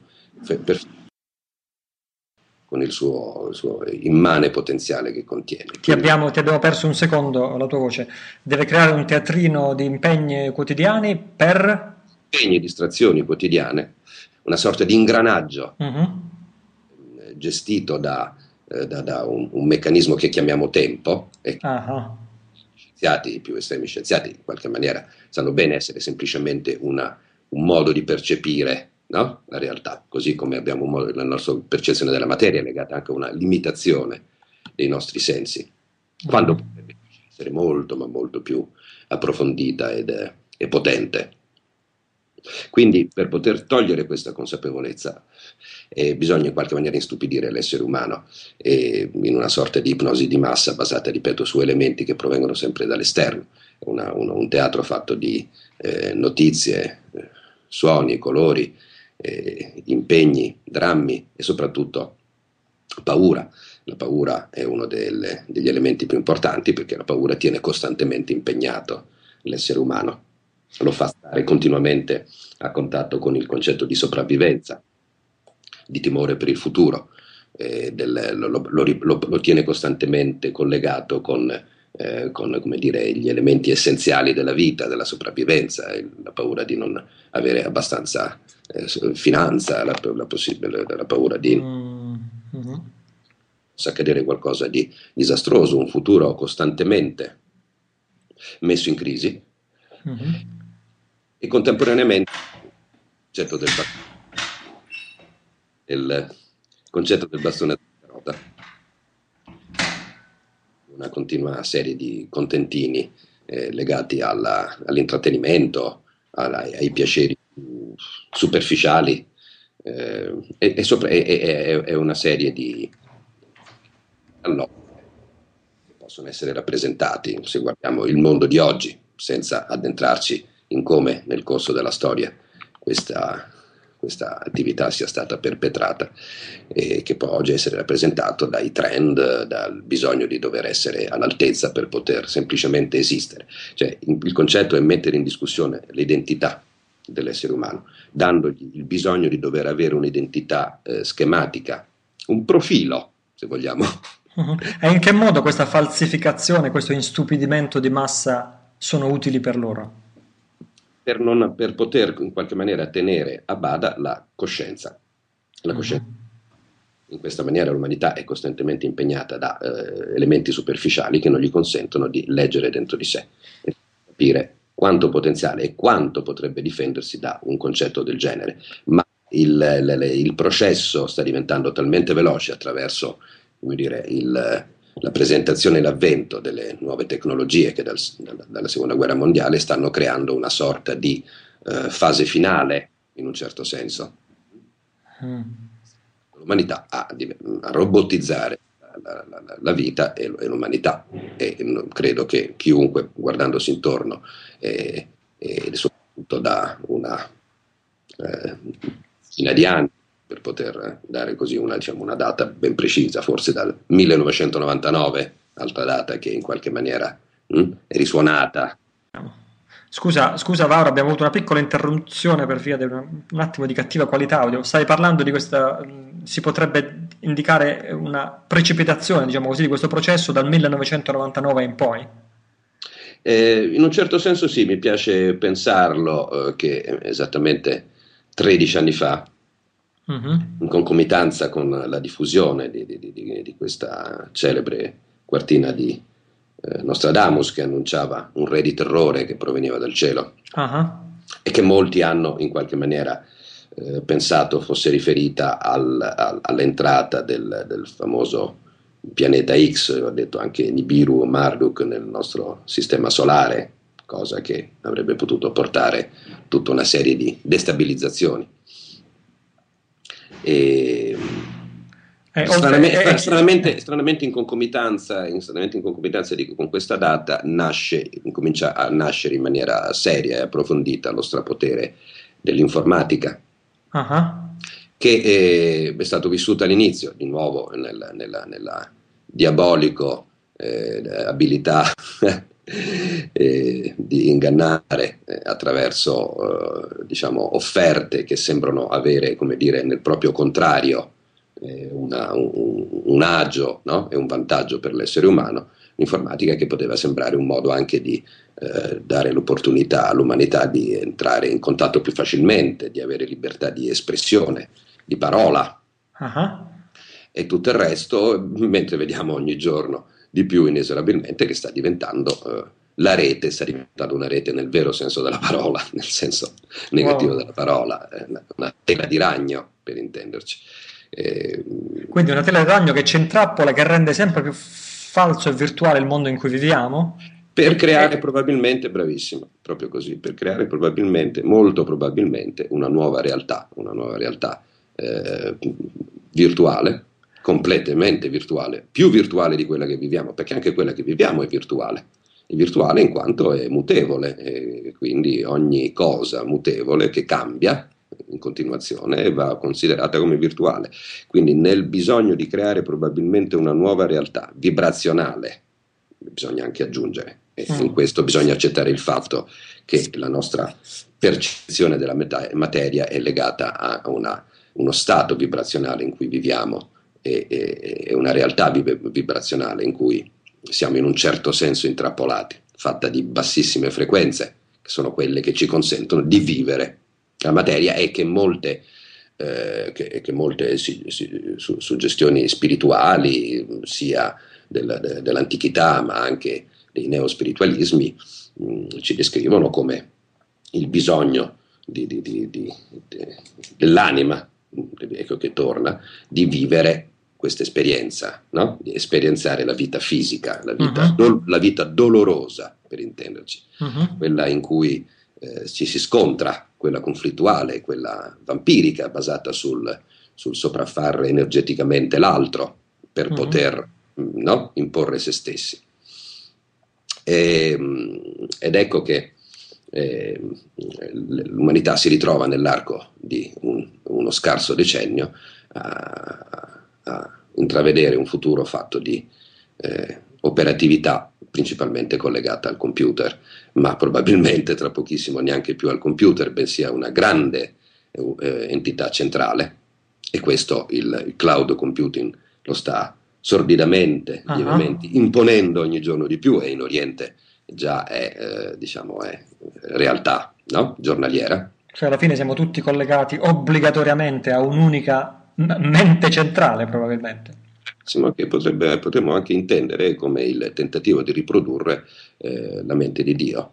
con il suo immane potenziale che contiene. Quindi Ti abbiamo perso un secondo la tua voce. Deve creare un teatrino di impegni quotidiani per... impegni e distrazioni quotidiane, una sorta di ingranaggio Mhm. gestito da un meccanismo che chiamiamo tempo, e Ah, ah. scienziati, i più estremi scienziati, in qualche maniera sanno bene essere semplicemente un modo di percepire, no? La realtà, così come abbiamo la nostra percezione della materia è legata anche a una limitazione dei nostri sensi, quando Mhm. potrebbe essere molto, ma molto più approfondita e potente. Quindi per poter togliere questa consapevolezza bisogna in qualche maniera istupidire l'essere umano in una sorta di ipnosi di massa basata, ripeto, su elementi che provengono sempre dall'esterno. Un teatro fatto di notizie, suoni, colori, impegni, drammi e soprattutto paura. La paura è uno degli elementi più importanti perché la paura tiene costantemente impegnato l'essere umano, lo fa stare continuamente a contatto con il concetto di sopravvivenza, di timore per il futuro, lo tiene costantemente collegato con come dire, gli elementi essenziali della vita, della sopravvivenza, la paura di non avere abbastanza finanza, la paura di Mm, mhm. possa accadere qualcosa di disastroso, un futuro costantemente messo in crisi Mhm. e contemporaneamente il concetto del concetto del bastone da carota, una continua serie di contentini legati all'intrattenimento, ai piaceri superficiali, è una serie di alloggi che possono essere rappresentati, se guardiamo il mondo di oggi, senza addentrarci in come nel corso della storia questa attività sia stata perpetrata, e che può oggi essere rappresentato dai trend, dal bisogno di dover essere all'altezza per poter semplicemente esistere. Cioè, il concetto è mettere in discussione l'identità dell'essere umano, dandogli il bisogno di dover avere un'identità schematica, un profilo, se vogliamo. E in che modo questa falsificazione, questo instupidimento di massa sono utili per loro? Per poter in qualche maniera tenere a bada la coscienza. La coscienza. In questa maniera l'umanità è costantemente impegnata da elementi superficiali che non gli consentono di leggere dentro di sé e capire quanto potenziale e quanto potrebbe difendersi da un concetto del genere. Ma il processo sta diventando talmente veloce attraverso, come dire, la presentazione e l'avvento delle nuove tecnologie che dalla seconda guerra mondiale stanno creando una sorta di fase finale, in un certo senso. L'umanità a robotizzare la vita e l'umanità, e credo che chiunque guardandosi intorno e soprattutto da una decina di anni, per poter dare così una data ben precisa, forse dal 1999, altra data che in qualche maniera è risuonata. Scusa Vauro, abbiamo avuto una piccola interruzione per via di un attimo di cattiva qualità audio. Stai parlando di questa, si potrebbe indicare una precipitazione, diciamo così, di questo processo dal 1999 in poi? In un certo senso sì, mi piace pensarlo, che esattamente 13 anni fa, in concomitanza con la diffusione di questa celebre quartina di Nostradamus, che annunciava un re di terrore che proveniva dal cielo, e che molti hanno in qualche maniera pensato fosse riferita all'entrata del famoso pianeta X, ho detto anche Nibiru o Marduk, nel nostro sistema solare, cosa che avrebbe potuto portare tutta una serie di destabilizzazioni. Stranamente in concomitanza con questa data comincia a nascere in maniera seria e approfondita lo strapotere dell'informatica, che è stato vissuto all'inizio di nuovo nella diabolico abilità di ingannare attraverso diciamo offerte che sembrano avere, come dire, nel proprio contrario un agio, no? E un vantaggio per l'essere umano. L'informatica che poteva sembrare un modo anche di dare l'opportunità all'umanità di entrare in contatto più facilmente, di avere libertà di espressione, di parola, e tutto il resto, mentre vediamo ogni giorno di più inesorabilmente che sta diventando la rete, sta diventando una rete nel vero senso della parola, nel senso negativo della parola, una tela di ragno, per intenderci. Quindi una tela di ragno che ci intrappola, che rende sempre più falso e virtuale il mondo in cui viviamo? Per creare probabilmente, bravissimo, proprio così, per creare probabilmente, molto probabilmente, una nuova realtà virtuale, completamente virtuale, più virtuale di quella che viviamo, perché anche quella che viviamo è virtuale in quanto è mutevole, e quindi ogni cosa mutevole che cambia in continuazione va considerata come virtuale. Quindi nel bisogno di creare probabilmente una nuova realtà vibrazionale, bisogna anche aggiungere, e in questo bisogna accettare il fatto che la nostra percezione della materia è legata a uno stato vibrazionale in cui viviamo e una realtà vibrazionale in cui siamo in un certo senso intrappolati, fatta di bassissime frequenze, che sono quelle che ci consentono di vivere la materia, e che molte suggestioni spirituali, sia dell'antichità ma anche dei neospiritualismi, ci descrivono come il bisogno dell'anima ecco che torna, di vivere questa esperienza, no? Di esperienziare la vita fisica, la vita dolorosa, per intenderci, quella in cui ci si scontra, quella conflittuale, quella vampirica, basata sul sopraffare energeticamente l'altro per poter, no? Imporre se stessi. Ed ecco che l'umanità si ritrova nell'arco di uno scarso decennio a intravedere un futuro fatto di operatività principalmente collegata al computer, ma probabilmente tra pochissimo neanche più al computer, bensì a una grande entità centrale, e questo il cloud computing lo sta sordidamente, lievemente imponendo ogni giorno di più, e in Oriente già è, diciamo, è realtà, no? Giornaliera. Cioè alla fine siamo tutti collegati obbligatoriamente a un'unica mente centrale, probabilmente. Che potremmo anche intendere come il tentativo di riprodurre la mente di Dio.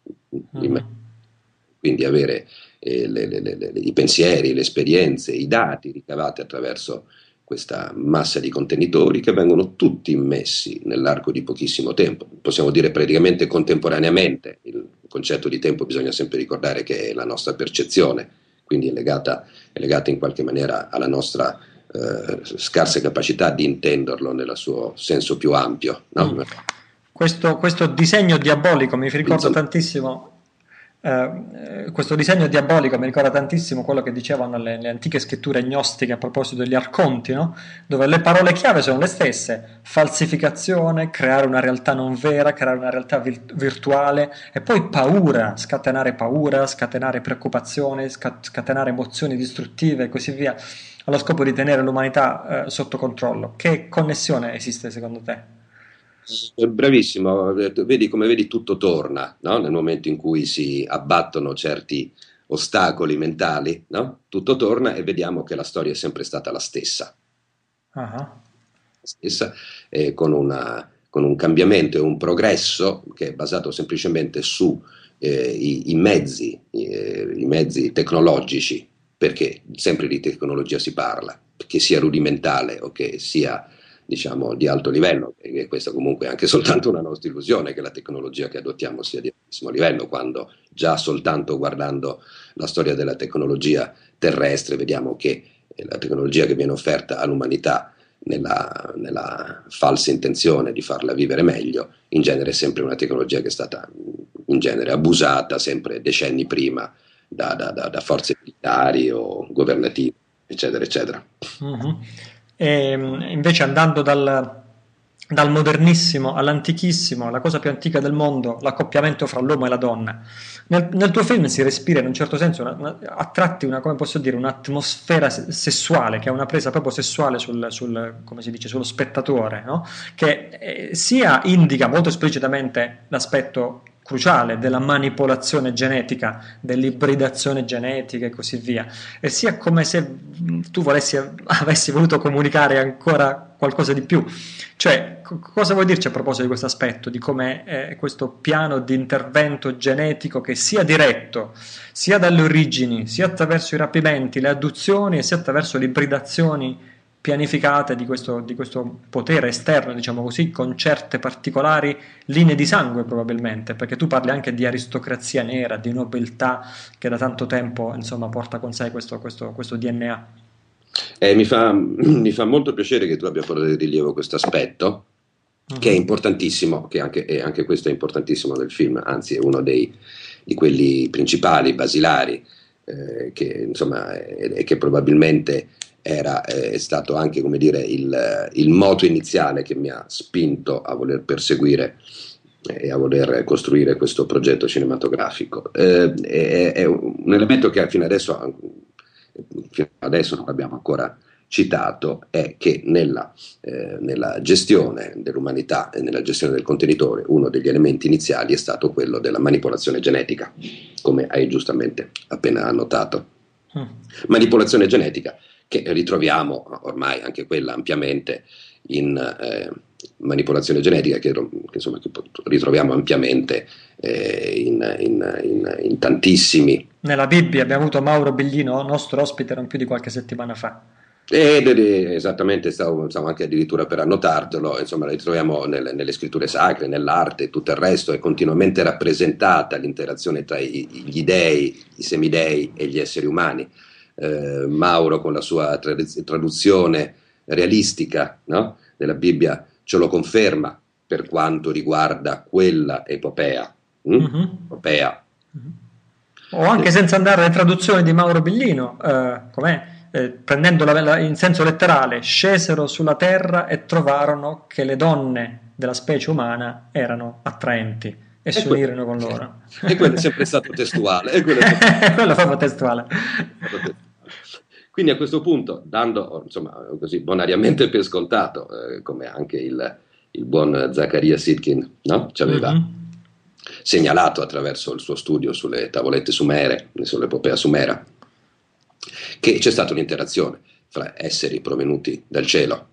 Quindi avere i pensieri, le esperienze, i dati ricavati attraverso questa massa di contenitori che vengono tutti immessi nell'arco di pochissimo tempo, possiamo dire praticamente contemporaneamente. Il concetto di tempo bisogna sempre ricordare che è la nostra percezione, quindi è legata in qualche maniera alla nostra scarsa capacità di intenderlo nel suo senso più ampio, no? Questo disegno diabolico mi ricorda tantissimo. Questo disegno diabolico mi ricorda tantissimo quello che dicevano le antiche scritture gnostiche a proposito degli arconti, no? Dove le parole chiave sono le stesse: falsificazione, creare una realtà non vera, creare una realtà virtuale, e poi paura, scatenare preoccupazione, scatenare emozioni distruttive e così via, allo scopo di tenere l'umanità sotto controllo. Che connessione esiste secondo te? Bravissimo, come vedi tutto torna, no? Nel momento in cui si abbattono certi ostacoli mentali, no? Tutto torna e vediamo che la storia è sempre stata la stessa, con un cambiamento e un progresso che è basato semplicemente su i mezzi tecnologici, perché sempre di tecnologia si parla, che sia rudimentale o che sia, diciamo, di alto livello, e questa comunque è anche soltanto una nostra illusione, che la tecnologia che adottiamo sia di altissimo livello, quando già soltanto guardando la storia della tecnologia terrestre vediamo che la tecnologia che viene offerta all'umanità nella falsa intenzione di farla vivere meglio, in genere è sempre una tecnologia che è stata in genere abusata sempre decenni prima da forze militari o governative, eccetera, eccetera. E invece andando dal modernissimo all'antichissimo, la cosa più antica del mondo, l'accoppiamento fra l'uomo e la donna. Nel tuo film si respira in un certo senso a tratti come posso dire, un'atmosfera sessuale, che è una presa proprio sessuale come si dice, sullo spettatore, no? Che sia indica molto esplicitamente l'aspetto cruciale della manipolazione genetica, dell'ibridazione genetica e così via, e sia come se tu avessi voluto comunicare ancora qualcosa di più. Cioè, cosa vuoi dirci a proposito di questo aspetto, di come questo piano di intervento genetico che sia diretto, sia dalle origini, sia attraverso i rapimenti, le adduzioni, e sia attraverso le ibridazioni pianificate di questo potere esterno, diciamo così, con certe particolari linee di sangue probabilmente, perché tu parli anche di aristocrazia nera, di nobiltà che da tanto tempo, insomma, porta con sé questo DNA. Mi fa molto piacere che tu abbia portato in rilievo questo aspetto, che è importantissimo, che anche questo è importantissimo nel film, anzi è uno di quelli principali, basilari, che insomma è che probabilmente è stato anche, come dire, il moto iniziale che mi ha spinto a voler perseguire e a voler costruire questo progetto cinematografico. È un elemento che fino adesso non abbiamo ancora citato, è che nella gestione dell'umanità e nella gestione del contenitore uno degli elementi iniziali è stato quello della manipolazione genetica, come hai giustamente appena annotato. Manipolazione genetica che ritroviamo ormai anche quella ampiamente in manipolazione genetica, insomma, che ritroviamo ampiamente in tantissimi. Nella Bibbia abbiamo avuto Mauro Bellino, nostro ospite non più di qualche settimana fa. Esattamente, stavo anche addirittura per annotartelo, insomma la ritroviamo nelle scritture sacre, nell'arte e tutto il resto, è continuamente rappresentata l'interazione tra gli dei, i semidei e gli esseri umani. Mauro con la sua traduzione realistica, no? Della Bibbia ce lo conferma per quanto riguarda quella epopea. Epopea. O anche senza andare alle traduzioni di Mauro Bellino, com'è? Prendendo in senso letterale, scesero sulla terra e trovarono che le donne della specie umana erano attraenti e si unirono con loro. E quello è sempre stato testuale. Quello è proprio testuale. Quindi a questo punto, dando insomma così bonariamente per scontato, come anche il buon Zaccaria Sitchin, no? Ci aveva segnalato attraverso il suo studio sulle tavolette sumere, sull'epopea sumera, che c'è stata un'interazione fra esseri provenuti dal cielo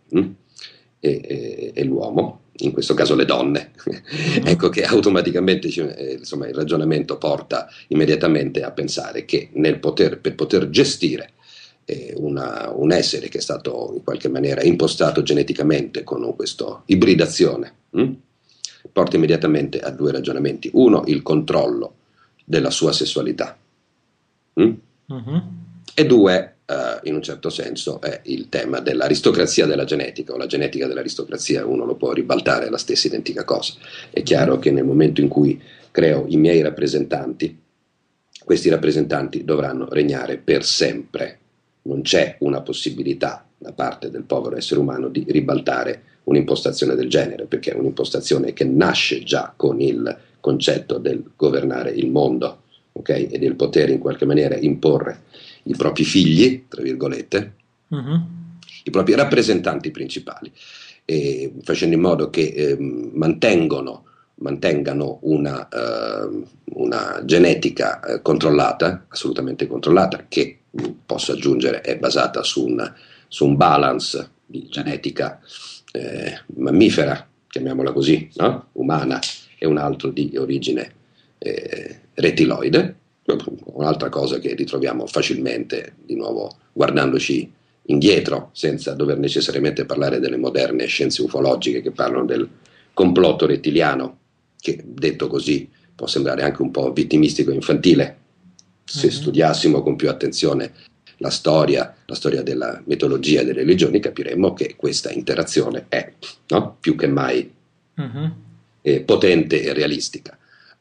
e l'uomo, in questo caso le donne. Ecco che automaticamente insomma, il ragionamento porta immediatamente a pensare che per poter gestire un essere che è stato in qualche maniera impostato geneticamente con questa ibridazione, porta immediatamente a due ragionamenti. Uno, il controllo della sua sessualità. E due, in un certo senso, è il tema dell'aristocrazia della genetica, o la genetica dell'aristocrazia, uno lo può ribaltare, è la stessa identica cosa. È chiaro che nel momento in cui creo i miei rappresentanti, questi rappresentanti dovranno regnare per sempre. Non c'è una possibilità da parte del povero essere umano di ribaltare un'impostazione del genere, perché è un'impostazione che nasce già con il concetto del governare il mondo, okay? E del poter in qualche maniera imporre i propri figli, tra virgolette, i propri rappresentanti principali, facendo in modo che mantengano una genetica controllata, assolutamente controllata, che posso aggiungere è basata su un balance di genetica mammifera, chiamiamola così, no? Umana, e un altro di origine rettiloide. Un'altra cosa che ritroviamo facilmente, di nuovo guardandoci indietro, senza dover necessariamente parlare delle moderne scienze ufologiche che parlano del complotto rettiliano, che detto così può sembrare anche un po' vittimistico e infantile. Se studiassimo con più attenzione la storia della mitologia e delle religioni, capiremmo che questa interazione è, no? Più che mai potente e realistica.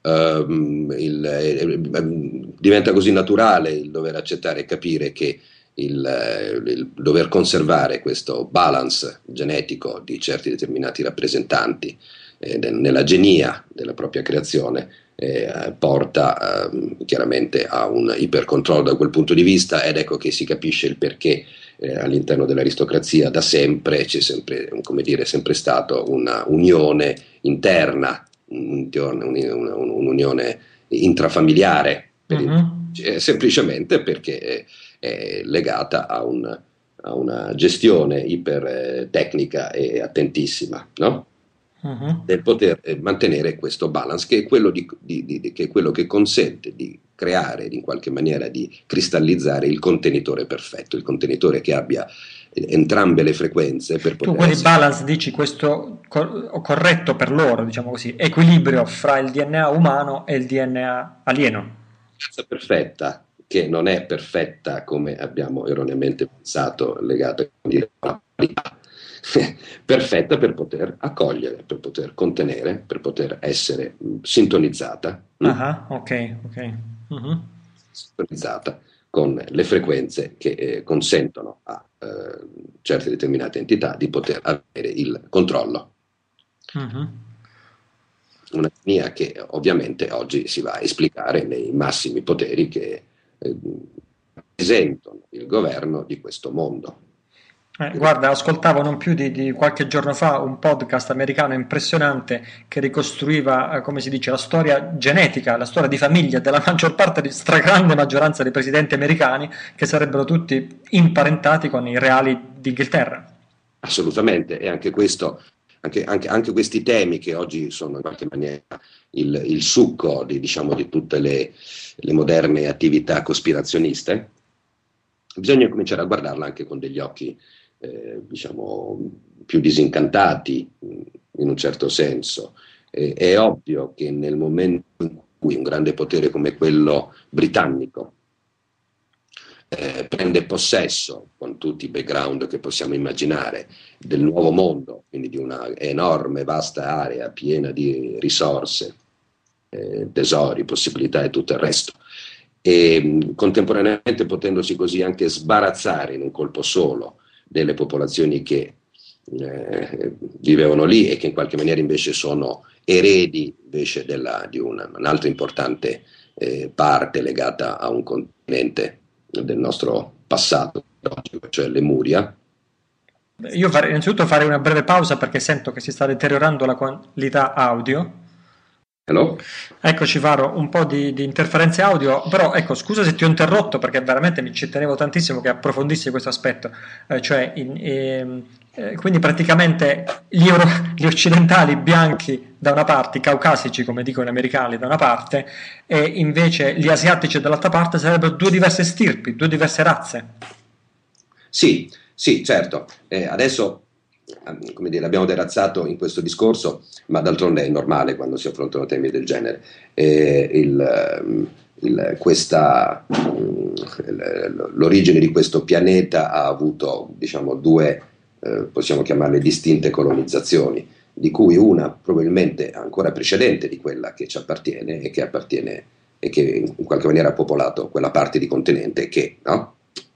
Diventa così naturale il dover accettare e capire che il dover conservare questo balance genetico di certi determinati rappresentanti nella genia della propria creazione porta chiaramente a un ipercontrollo da quel punto di vista, ed ecco che si capisce il perché all'interno dell'aristocrazia da sempre c'è sempre, come dire, sempre stato una unione interna, un'unione intrafamiliare, semplicemente perché è legata a una gestione ipertecnica e attentissima, no? Del poter mantenere questo balance, che è quello, che è quello che consente di creare in qualche maniera, di cristallizzare il contenitore perfetto, il contenitore che abbia entrambe le frequenze per poter. Tu quindi balance dici questo corretto per loro, diciamo così, equilibrio fra il DNA umano e il DNA alieno. Perfetta, che non è perfetta come abbiamo erroneamente pensato, legata alla qualità, perfetta per poter accogliere, per poter contenere, per poter essere sintonizzata. Ok. Sintonizzata con le frequenze che consentono a certe determinate entità di poter avere il controllo. Una linea che ovviamente oggi si va a esplicare nei massimi poteri che rappresentano il governo di questo mondo. Guarda, ascoltavo non più di qualche giorno fa un podcast americano impressionante che ricostruiva, come si dice, la storia genetica, la storia di famiglia della maggior parte, di stragrande maggioranza dei presidenti americani, che sarebbero tutti imparentati con i reali d'Inghilterra. Assolutamente, e anche questo, anche questi temi che oggi sono in qualche maniera il succo diciamo, di tutte le moderne attività cospirazioniste, bisogna cominciare a guardarla anche con degli occhi, diciamo, più disincantati, in un certo senso. È ovvio che nel momento in cui un grande potere come quello britannico prende possesso, con tutti i background che possiamo immaginare, del nuovo mondo, quindi di una enorme, vasta area piena di risorse, tesori, possibilità e tutto il resto, e contemporaneamente potendosi così anche sbarazzare in un colpo solo delle popolazioni che vivevano lì e che in qualche maniera invece sono eredi invece di un'altra importante parte legata a un continente del nostro passato, cioè Lemuria. Io innanzitutto farei una breve pausa perché sento che si sta deteriorando la qualità audio. Hello? Eccoci Varo, un po' di interferenze audio, però ecco, scusa se ti ho interrotto perché veramente mi ci tenevo tantissimo che approfondissi questo aspetto, quindi praticamente gli occidentali bianchi da una parte, i caucasici come dicono gli americani da una parte, e invece gli asiatici dall'altra parte sarebbero due diverse stirpi, due diverse razze. Sì, sì, certo. Adesso, come dire, l'abbiamo terrazzato in questo discorso, ma d'altronde è normale quando si affrontano temi del genere. L'origine di questo pianeta ha avuto, diciamo, due, possiamo chiamarle distinte colonizzazioni, di cui una probabilmente ancora precedente di quella che ci appartiene e che in qualche maniera ha popolato quella parte di continente che, no?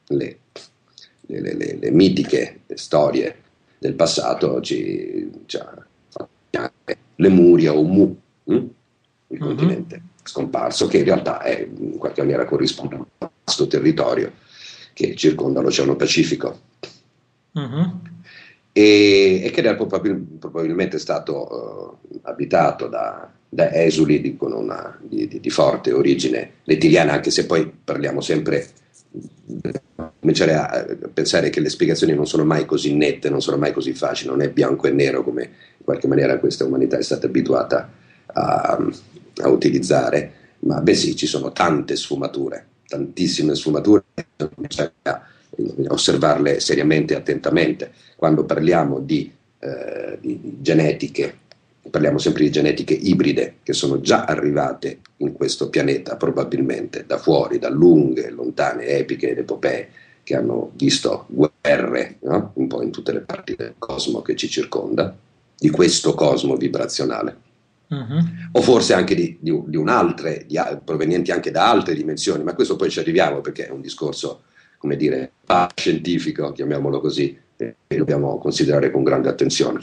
Le mitiche storie del passato ci ha fatto Lemuria o Mu, il continente scomparso, che in realtà è in qualche maniera corrisponde a un vasto territorio che circonda l'Oceano Pacifico. E che era probabilmente stato abitato da esuli di forte origine lettiriana, anche se poi parliamo sempre, cominciare a pensare che le spiegazioni non sono mai così nette, non sono mai così facili, non è bianco e nero come in qualche maniera questa umanità è stata abituata a utilizzare, ma beh sì, ci sono tante sfumature, tantissime sfumature, bisogna osservarle seriamente e attentamente. Quando parliamo di genetiche, parliamo sempre di genetiche ibride che sono già arrivate in questo pianeta, probabilmente da fuori, da lunghe, lontane epiche ed epopee che hanno visto guerre, no? Un po' in tutte le parti del cosmo che ci circonda, di questo cosmo vibrazionale. O forse anche provenienti anche da altre dimensioni, ma questo poi ci arriviamo perché è un discorso, come dire, scientifico, chiamiamolo così, e dobbiamo considerare con grande attenzione.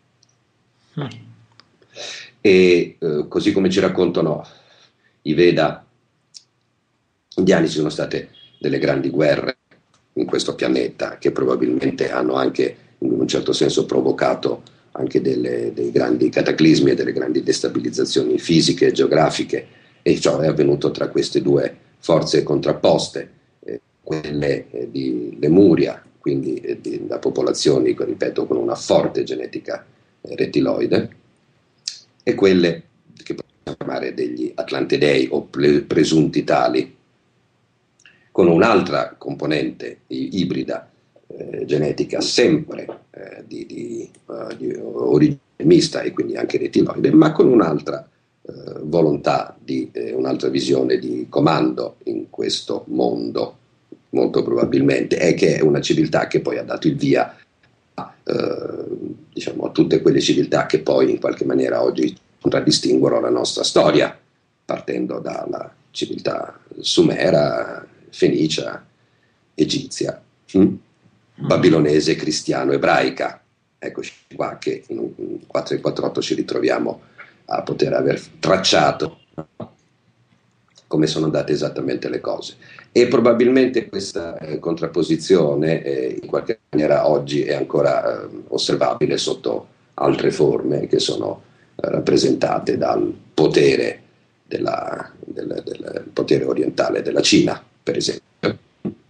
E così come ci raccontano i Veda indiani, ci sono state delle grandi guerre in questo pianeta che probabilmente hanno anche in un certo senso provocato anche dei grandi cataclismi e delle grandi destabilizzazioni fisiche e geografiche, e ciò è avvenuto tra queste due forze contrapposte, quelle di Lemuria, quindi da popolazioni, ripeto, con una forte genetica rettiloide, e quelle che possiamo chiamare degli Atlantidei o presunti tali, con un'altra componente ibrida genetica sempre di origine mista e quindi anche rettiloide, ma con un'altra volontà, un'altra visione di comando in questo mondo, molto probabilmente, e che è una civiltà che poi ha dato il via diciamo, a tutte quelle civiltà che poi in qualche maniera oggi contraddistinguono la nostra storia, partendo dalla civiltà sumera, fenicia, egizia, babilonese, cristiano, ebraica. Eccoci qua che in un 448 ci ritroviamo a poter aver tracciato come sono andate esattamente le cose. E probabilmente questa contrapposizione in qualche maniera oggi è ancora osservabile sotto altre forme che sono rappresentate dal potere del potere orientale della Cina, per esempio,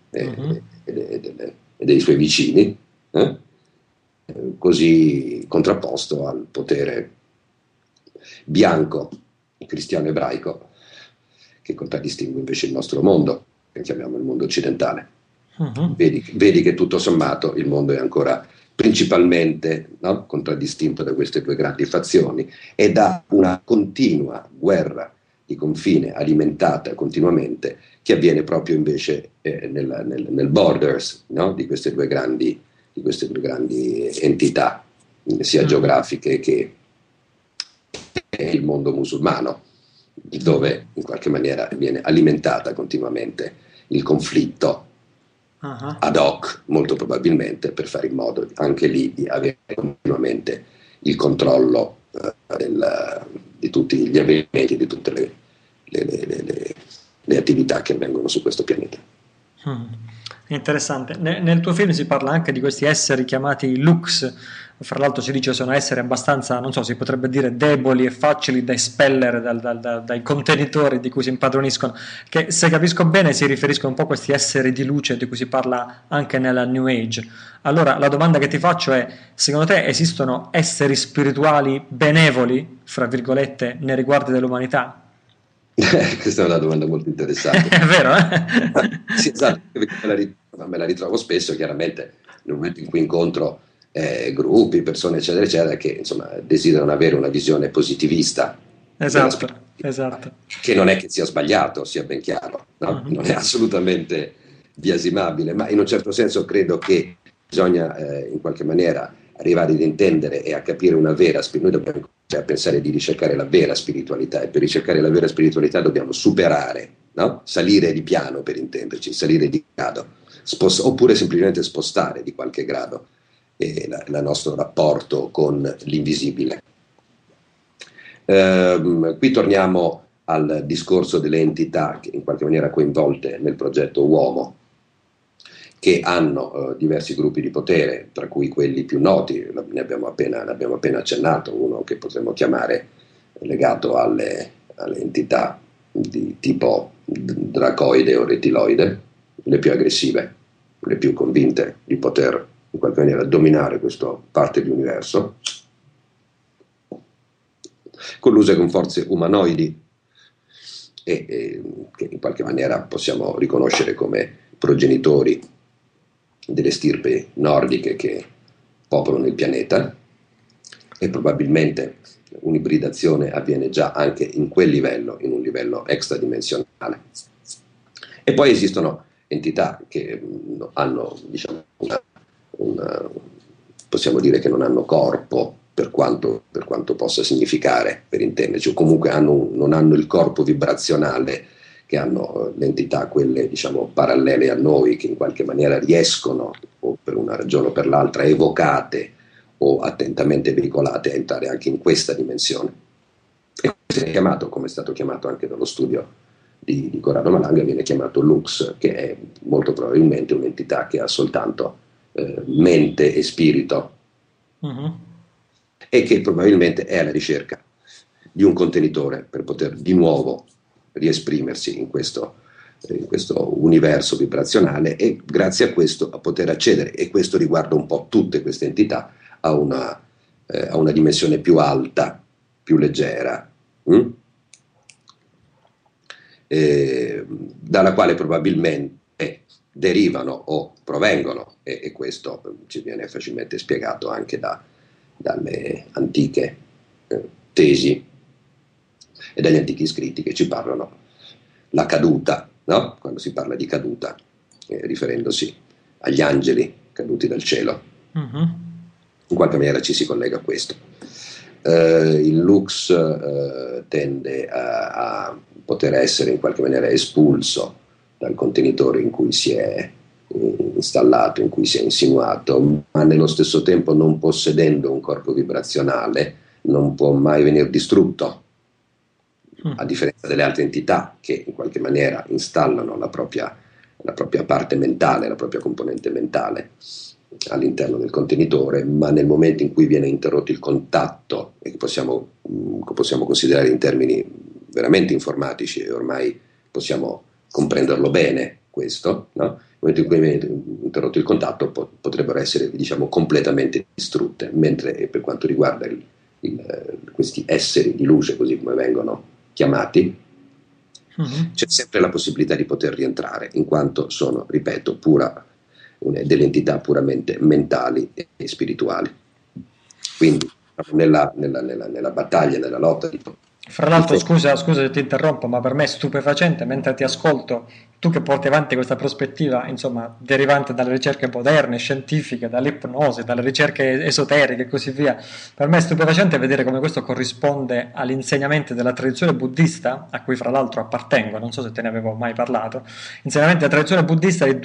e dei suoi vicini, così contrapposto al potere bianco, cristiano ebraico, che contraddistingue invece il nostro mondo, che chiamiamo il mondo occidentale. Vedi che tutto sommato il mondo è ancora principalmente, no, contraddistinto da queste due grandi fazioni e da una continua guerra di confine alimentata continuamente, che avviene proprio invece nel borders, no, di queste due grandi entità, sia geografiche che il mondo musulmano, dove in qualche maniera viene alimentata continuamente il conflitto ad hoc, molto probabilmente per fare in modo anche lì di avere continuamente il controllo di tutti gli avvenimenti, di tutte le attività che avvengono su questo pianeta. Interessante. Nel tuo film si parla anche di questi esseri chiamati Lux, fra l'altro si dice sono esseri abbastanza, non so, si potrebbe dire deboli e facili da espellere dai contenitori di cui si impadroniscono, che se capisco bene si riferiscono un po' a questi esseri di luce di cui si parla anche nella New Age. Allora la domanda che ti faccio è: secondo te esistono esseri spirituali benevoli, fra virgolette, nei riguardi dell'umanità? Questa è una domanda molto interessante. È vero, Sì, esatto, me la ritrovo spesso, chiaramente, nel momento in cui incontro gruppi, persone, eccetera, eccetera, che insomma desiderano avere una visione positivista. Esatto. Che non è che sia sbagliato, sia ben chiaro, no? Non è assolutamente biasimabile, ma in un certo senso credo che bisogna in qualche maniera arrivare ad intendere e a capire una vera spiritualità. Noi dobbiamo cominciare a pensare di ricercare la vera spiritualità, e per ricercare la vera spiritualità dobbiamo superare, no? Salire di piano, per intenderci, salire di grado, oppure semplicemente spostare di qualche grado il nostro rapporto con l'invisibile. Qui torniamo al discorso delle entità che in qualche maniera coinvolte nel progetto Uomo, che hanno diversi gruppi di potere, tra cui quelli più noti, ne abbiamo appena accennato, uno che potremmo chiamare legato alle entità di tipo dracoide o rettiloide, le più aggressive, le più convinte di poter in qualche maniera dominare questa parte dell'universo, colluse con forze umanoidi e che in qualche maniera possiamo riconoscere come progenitori delle stirpi nordiche che popolano il pianeta, e probabilmente un'ibridazione avviene già anche in quel livello, in un livello extradimensionale. E poi esistono entità che hanno, diciamo, possiamo dire che non hanno corpo, per quanto possa significare, per intenderci, o comunque non hanno il corpo vibrazionale che hanno le entità, quelle diciamo parallele a noi, che in qualche maniera riescono, o per una ragione o per l'altra, evocate o attentamente veicolate, a entrare anche in questa dimensione. E questo è chiamato, come è stato chiamato anche dallo studio di Corrado Malanga, viene chiamato Lux, che è molto probabilmente un'entità che ha soltanto mente e spirito, e che probabilmente è alla ricerca di un contenitore per poter di nuovo riesprimersi in questo universo vibrazionale, e grazie a questo a poter accedere, e questo riguarda un po' tutte queste entità, a una dimensione più alta, più leggera, dalla quale probabilmente derivano o provengono, e questo ci viene facilmente spiegato anche dalle antiche tesi e dagli antichi scritti che ci parlano la caduta, no? Quando si parla di caduta, riferendosi agli angeli caduti dal cielo, in qualche maniera ci si collega a questo. Il Lux tende a poter essere in qualche maniera espulso dal contenitore in cui si è installato, in cui si è insinuato, ma nello stesso tempo, non possedendo un corpo vibrazionale, non può mai venire distrutto, a differenza delle altre entità che in qualche maniera installano la propria parte mentale, la propria componente mentale all'interno del contenitore, ma nel momento in cui viene interrotto il contatto, e che possiamo considerare in termini veramente informatici, e ormai possiamo comprenderlo bene questo, no? Nel momento in cui viene interrotto il contatto potrebbero essere, diciamo, completamente distrutte, mentre per quanto riguarda questi esseri di luce, così come vengono chiamati, c'è sempre la possibilità di poter rientrare, in quanto sono, ripeto, delle entità puramente mentali e spirituali. Quindi nella battaglia, nella lotta fra l'altro, scusa se ti interrompo, ma per me è stupefacente mentre ti ascolto, tu che porti avanti questa prospettiva, insomma, derivante dalle ricerche moderne, scientifiche, dall'ipnosi, dalle ricerche esoteriche e così via. Per me è stupefacente vedere come questo corrisponde agli insegnamenti della tradizione buddista, a cui fra l'altro appartengo, non so se te ne avevo mai parlato, insegnamenti della tradizione buddista di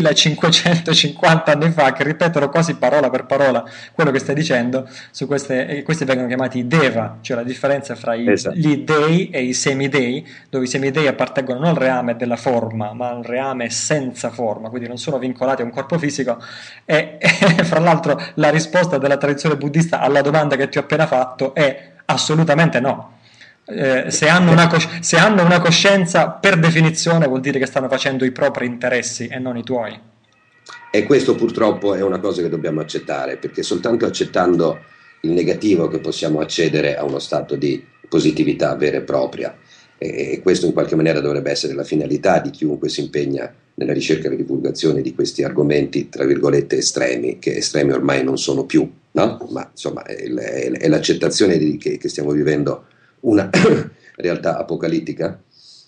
2550 anni fa, che ripetono quasi parola per parola quello che stai dicendo, e questi vengono chiamati Deva, cioè la differenza fra gli dei e i semidei, dove i semidei appartengono non al reame della forma, ma al reame senza forma, quindi non sono vincolati a un corpo fisico. E fra l'altro la risposta della tradizione buddista alla domanda che ti ho appena fatto è assolutamente no. Se hanno una coscienza, per definizione vuol dire che stanno facendo i propri interessi e non i tuoi. E questo purtroppo è una cosa che dobbiamo accettare, perché soltanto accettando il negativo che possiamo accedere a uno stato di positività vera e propria, e questo in qualche maniera dovrebbe essere la finalità di chiunque si impegna nella ricerca e la divulgazione di questi argomenti, tra virgolette, estremi, che estremi ormai non sono più, no? Ma insomma è l'accettazione che stiamo vivendo una realtà apocalittica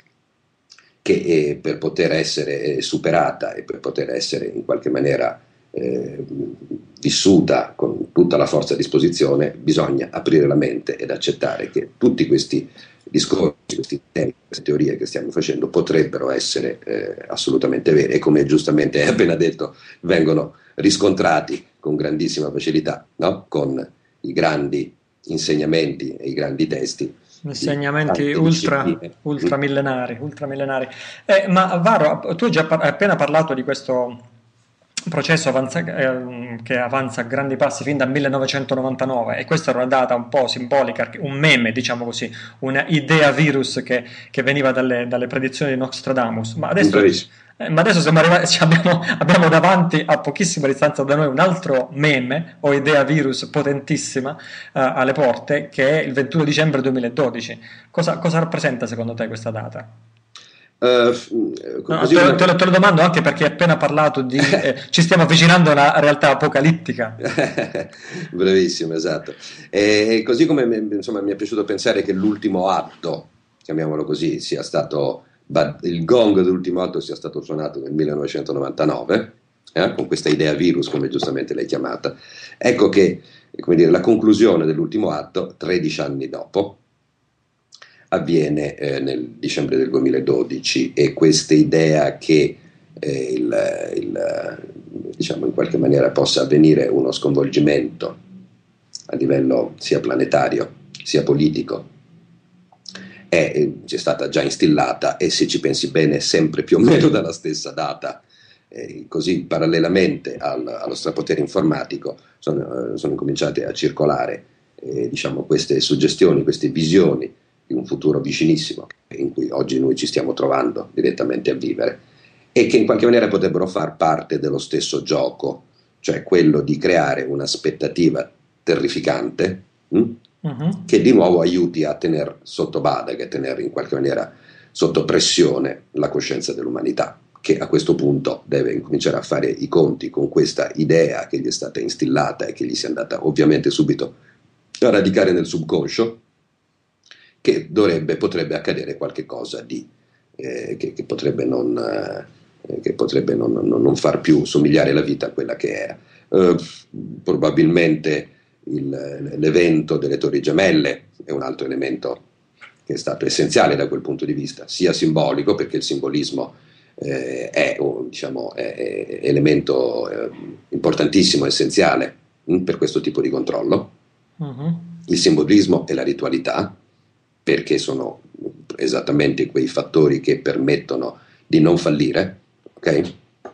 che per poter essere superata e per poter essere in qualche maniera vissuta con tutta la forza a disposizione, bisogna aprire la mente ed accettare che tutti questi discorsi, questi temi, queste teorie che stiamo facendo potrebbero essere assolutamente vere, e come giustamente hai appena detto vengono riscontrati con grandissima facilità, no? Con i grandi insegnamenti e i grandi testi, insegnamenti ultramillenari. Ma Varo, tu hai già appena parlato di questo processo che avanza a grandi passi fin dal 1999, e questa era una data un po' simbolica, un meme, diciamo così, una idea virus che veniva dalle predizioni di Nostradamus. Ma adesso siamo arrivati, abbiamo davanti, a pochissima distanza da noi, un altro meme o idea virus potentissima alle porte, che è il 21 dicembre 2012. Cosa rappresenta secondo te questa data? Te lo domando anche perché hai appena parlato di ci stiamo avvicinando a una realtà apocalittica. Bravissimo, esatto. E così come insomma, mi è piaciuto pensare che l'ultimo atto, chiamiamolo così, sia stato il gong dell'ultimo atto sia stato suonato nel 1999, con questa idea virus, come giustamente l'hai chiamata. Ecco che, come dire, la conclusione dell'ultimo atto, 13 anni dopo, avviene nel dicembre del 2012, e questa idea che diciamo in qualche maniera possa avvenire uno sconvolgimento a livello sia planetario sia politico c'è stata già instillata, e se ci pensi bene sempre più o meno dalla stessa data, così parallelamente allo strapotere informatico sono incominciate a circolare diciamo queste suggestioni, queste visioni di un futuro vicinissimo in cui oggi noi ci stiamo trovando direttamente a vivere, e che in qualche maniera potrebbero far parte dello stesso gioco, cioè quello di creare un'aspettativa terrificante che di nuovo aiuti a tenere sotto bada, che a tenere in qualche maniera sotto pressione la coscienza dell'umanità, che a questo punto deve incominciare a fare i conti con questa idea che gli è stata instillata e che gli si è andata ovviamente subito a radicare nel subconscio, che potrebbe accadere qualche cosa che potrebbe non far più somigliare la vita a quella che era. Probabilmente l'evento delle Torri Gemelle è un altro elemento che è stato essenziale da quel punto di vista, sia simbolico, perché il simbolismo è elemento importantissimo, essenziale per questo tipo di controllo. Il simbolismo e la ritualità, perché sono esattamente quei fattori che permettono di non fallire, ok?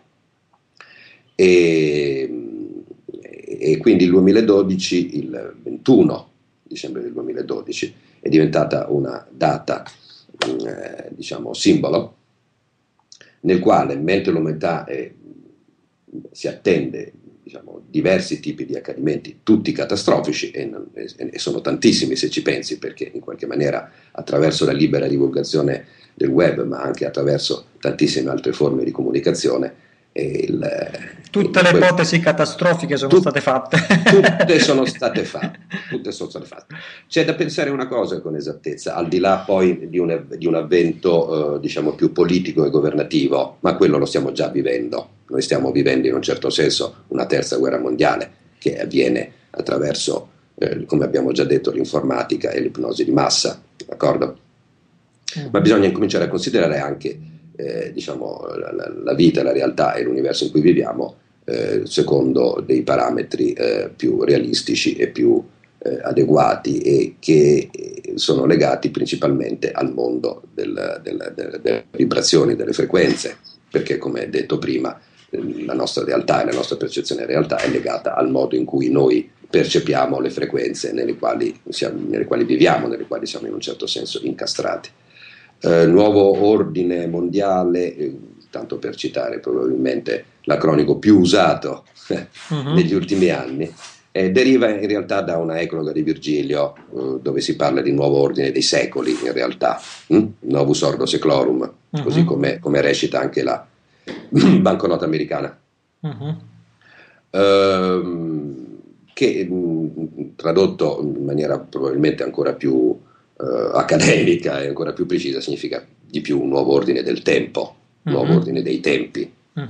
E quindi il 2012, il 21 dicembre del 2012, è diventata una data, diciamo, simbolo, nel quale, mentre l'umanità si attende, diciamo, diversi tipi di accadimenti, tutti catastrofici, e sono tantissimi se ci pensi, perché in qualche maniera attraverso la libera divulgazione del web, ma anche attraverso tantissime altre forme di comunicazione, tutte le ipotesi catastrofiche sono state fatte. Tutte sono state fatte. C'è da pensare una cosa con esattezza, al di là poi di un avvento diciamo più politico e governativo, ma quello lo stiamo già vivendo. Noi stiamo vivendo in un certo senso una terza guerra mondiale che avviene attraverso, come abbiamo già detto, l'informatica e l'ipnosi di massa, d'accordo? Ma bisogna incominciare a considerare anche diciamo, la vita, la realtà e l'universo in cui viviamo secondo dei parametri più realistici e più adeguati, e che sono legati principalmente al mondo delle vibrazioni, delle frequenze, perché, come detto prima, la nostra realtà e la nostra percezione di realtà è legata al modo in cui noi percepiamo le frequenze nelle quali viviamo, nelle quali siamo in un certo senso incastrati. Nuovo ordine mondiale, tanto per citare probabilmente l'acronimo più usato negli ultimi anni, deriva in realtà da una ecloga di Virgilio, dove si parla di nuovo ordine dei secoli, in realtà, Novus Ordo Seclorum, così come recita anche la banconota americana, che tradotto in maniera probabilmente ancora più accademica e ancora più precisa significa di più un nuovo ordine del tempo, nuovo ordine dei tempi,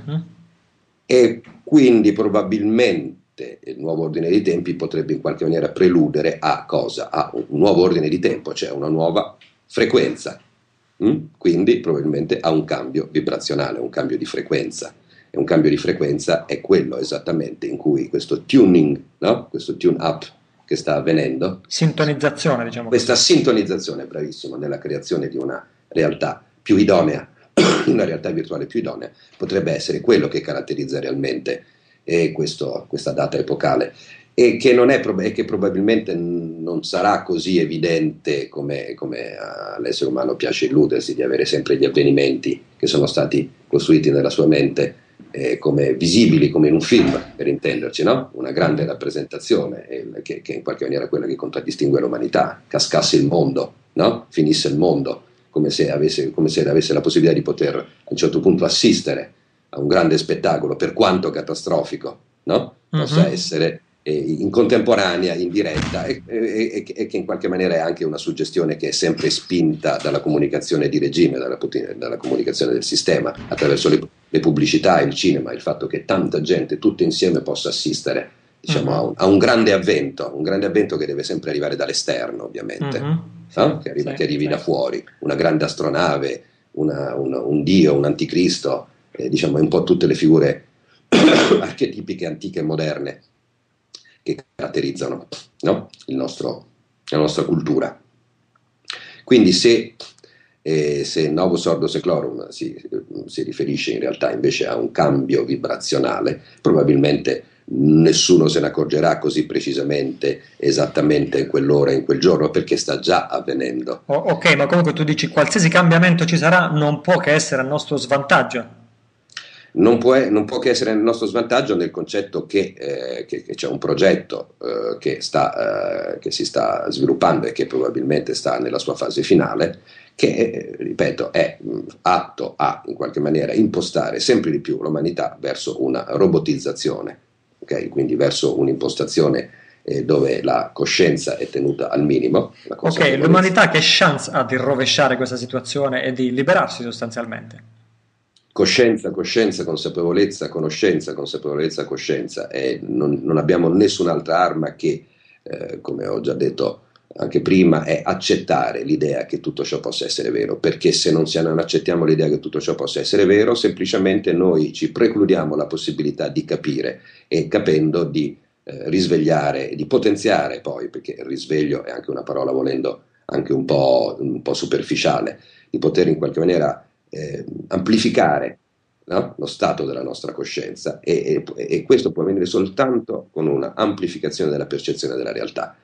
e quindi probabilmente il nuovo ordine dei tempi potrebbe in qualche maniera preludere a cosa? A un nuovo ordine di tempo, cioè una nuova frequenza, quindi probabilmente a un cambio vibrazionale, un cambio di frequenza, e un cambio di frequenza è quello esattamente in cui questo tuning, no? Questo tune up che sta avvenendo, sintonizzazione, diciamo, questa sintonizzazione, bravissimo, nella creazione di una realtà più idonea, una realtà virtuale più idonea, potrebbe essere quello che caratterizza realmente questa data epocale, e che non è e che probabilmente non sarà così evidente come all'essere umano piace illudersi, di avere sempre gli avvenimenti che sono stati costruiti nella sua mente come visibili, come in un film, per intenderci, no? Una grande rappresentazione che in qualche maniera è quella che contraddistingue l'umanità. Cascasse il mondo, no? Finisse il mondo, come se avesse la possibilità di poter a un certo punto assistere a un grande spettacolo, per quanto catastrofico, no? Possa essere in contemporanea, in diretta, e che in qualche maniera è anche una suggestione che è sempre spinta dalla comunicazione di regime, dalla comunicazione del sistema, attraverso le pubblicità, il cinema, il fatto che tanta gente tutta insieme possa assistere, diciamo, a un grande avvento che deve sempre arrivare dall'esterno, ovviamente, no? Che arrivi da fuori, una grande astronave, un dio, un anticristo, diciamo un po' tutte le figure archetipiche antiche e moderne che caratterizzano, no? La nostra cultura. Quindi se Novus Ordo Seclorum si riferisce in realtà invece a un cambio vibrazionale, probabilmente nessuno se ne accorgerà così precisamente, esattamente in quell'ora, in quel giorno, perché sta già avvenendo. Ok, ma comunque tu dici qualsiasi cambiamento ci sarà non può che essere a nostro svantaggio. Non può che essere nel nostro svantaggio, nel concetto che c'è un progetto che si sta sviluppando e che probabilmente sta nella sua fase finale, che, ripeto, è atto a in qualche maniera impostare sempre di più l'umanità verso una robotizzazione, okay? Quindi verso un'impostazione dove la coscienza è tenuta al minimo. Ok, l'umanità che chance ha di rovesciare questa situazione e di liberarsi sostanzialmente? Coscienza, consapevolezza, conoscenza, consapevolezza, coscienza, e non abbiamo nessun'altra arma che, come ho già detto anche prima, è accettare l'idea che tutto ciò possa essere vero, perché se non accettiamo l'idea che tutto ciò possa essere vero, semplicemente noi ci precludiamo la possibilità di capire, e capendo di risvegliare, di potenziare poi, perché il risveglio è anche una parola volendo anche un po' superficiale, di poter in qualche maniera amplificare, no? Lo stato della nostra coscienza e questo può avvenire soltanto con una amplificazione della percezione della realtà.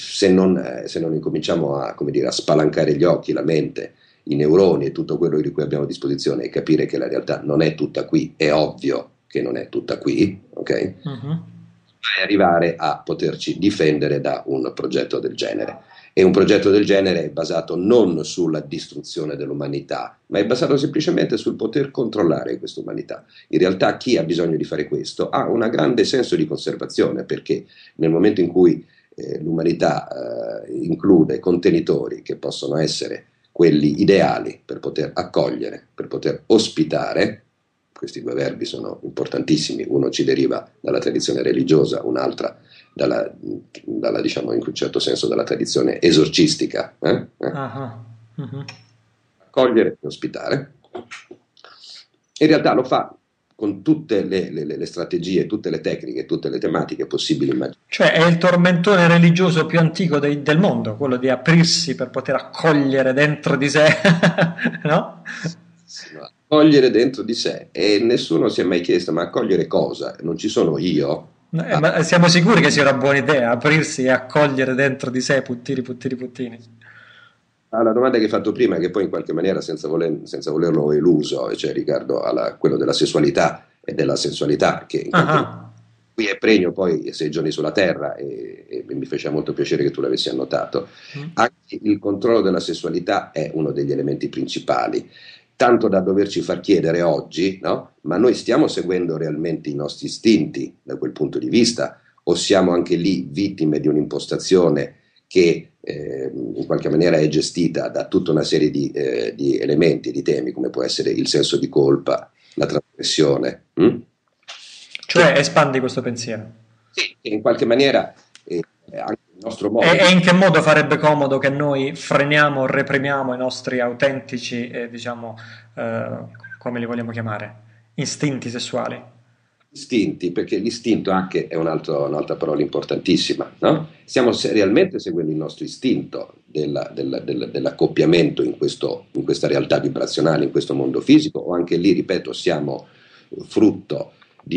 Se non incominciamo a, come dire, a spalancare gli occhi, la mente, i neuroni e tutto quello di cui abbiamo a disposizione e capire che la realtà non è tutta qui, è ovvio che non è tutta qui, ok? Mhm. E arrivare a poterci difendere da un progetto del genere. E un progetto del genere è basato non sulla distruzione dell'umanità, ma è basato semplicemente sul poter controllare questa umanità. In realtà chi ha bisogno di fare questo ha un grande senso di conservazione, perché nel momento in cui l'umanità include contenitori che possono essere quelli ideali per poter accogliere, per poter ospitare, questi due verbi sono importantissimi, uno ci deriva dalla tradizione religiosa, un'altra diciamo, in un certo senso dalla tradizione esorcistica, Ah, mhm. accogliere e ospitare. In realtà lo fa con tutte le strategie, tutte le tecniche, tutte le tematiche possibili e immaginabili. Cioè è il tormentone religioso più antico del mondo, quello di aprirsi per poter accogliere dentro di sé, no? Accogliere dentro di sé, e nessuno si è mai chiesto ma accogliere cosa? Non ci sono io? Ma siamo sicuri che sia una buona idea aprirsi e accogliere dentro di sé puttini, puttini, puttini? La domanda che hai fatto prima, che poi in qualche maniera senza volerlo ho eluso, cioè riguardo a quello della sessualità e della sensualità, che in Ah, qualche modo ah. qui è pregno poi 6 giorni sulla terra e mi faceva molto piacere che tu l'avessi annotato. Mm. Anche il controllo della sessualità è uno degli elementi principali, tanto da doverci far chiedere oggi, no? Ma noi stiamo seguendo realmente i nostri istinti da quel punto di vista o siamo anche lì vittime di un'impostazione che in qualche maniera è gestita da tutta una serie di elementi, di temi, come può essere il senso di colpa, la trasgressione, Cioè espandi questo pensiero. sì, che in qualche maniera anche il nostro E, modo di... e in che modo farebbe comodo che noi freniamo, reprimiamo i nostri autentici, diciamo, eh, come li vogliamo chiamare, istinti sessuali? istinti, perché l'istinto anche è un'altra parola importantissima, no? Stiamo realmente seguendo il nostro istinto dell'accoppiamento in questa realtà vibrazionale, in questo mondo fisico, o anche lì, ripeto, siamo frutto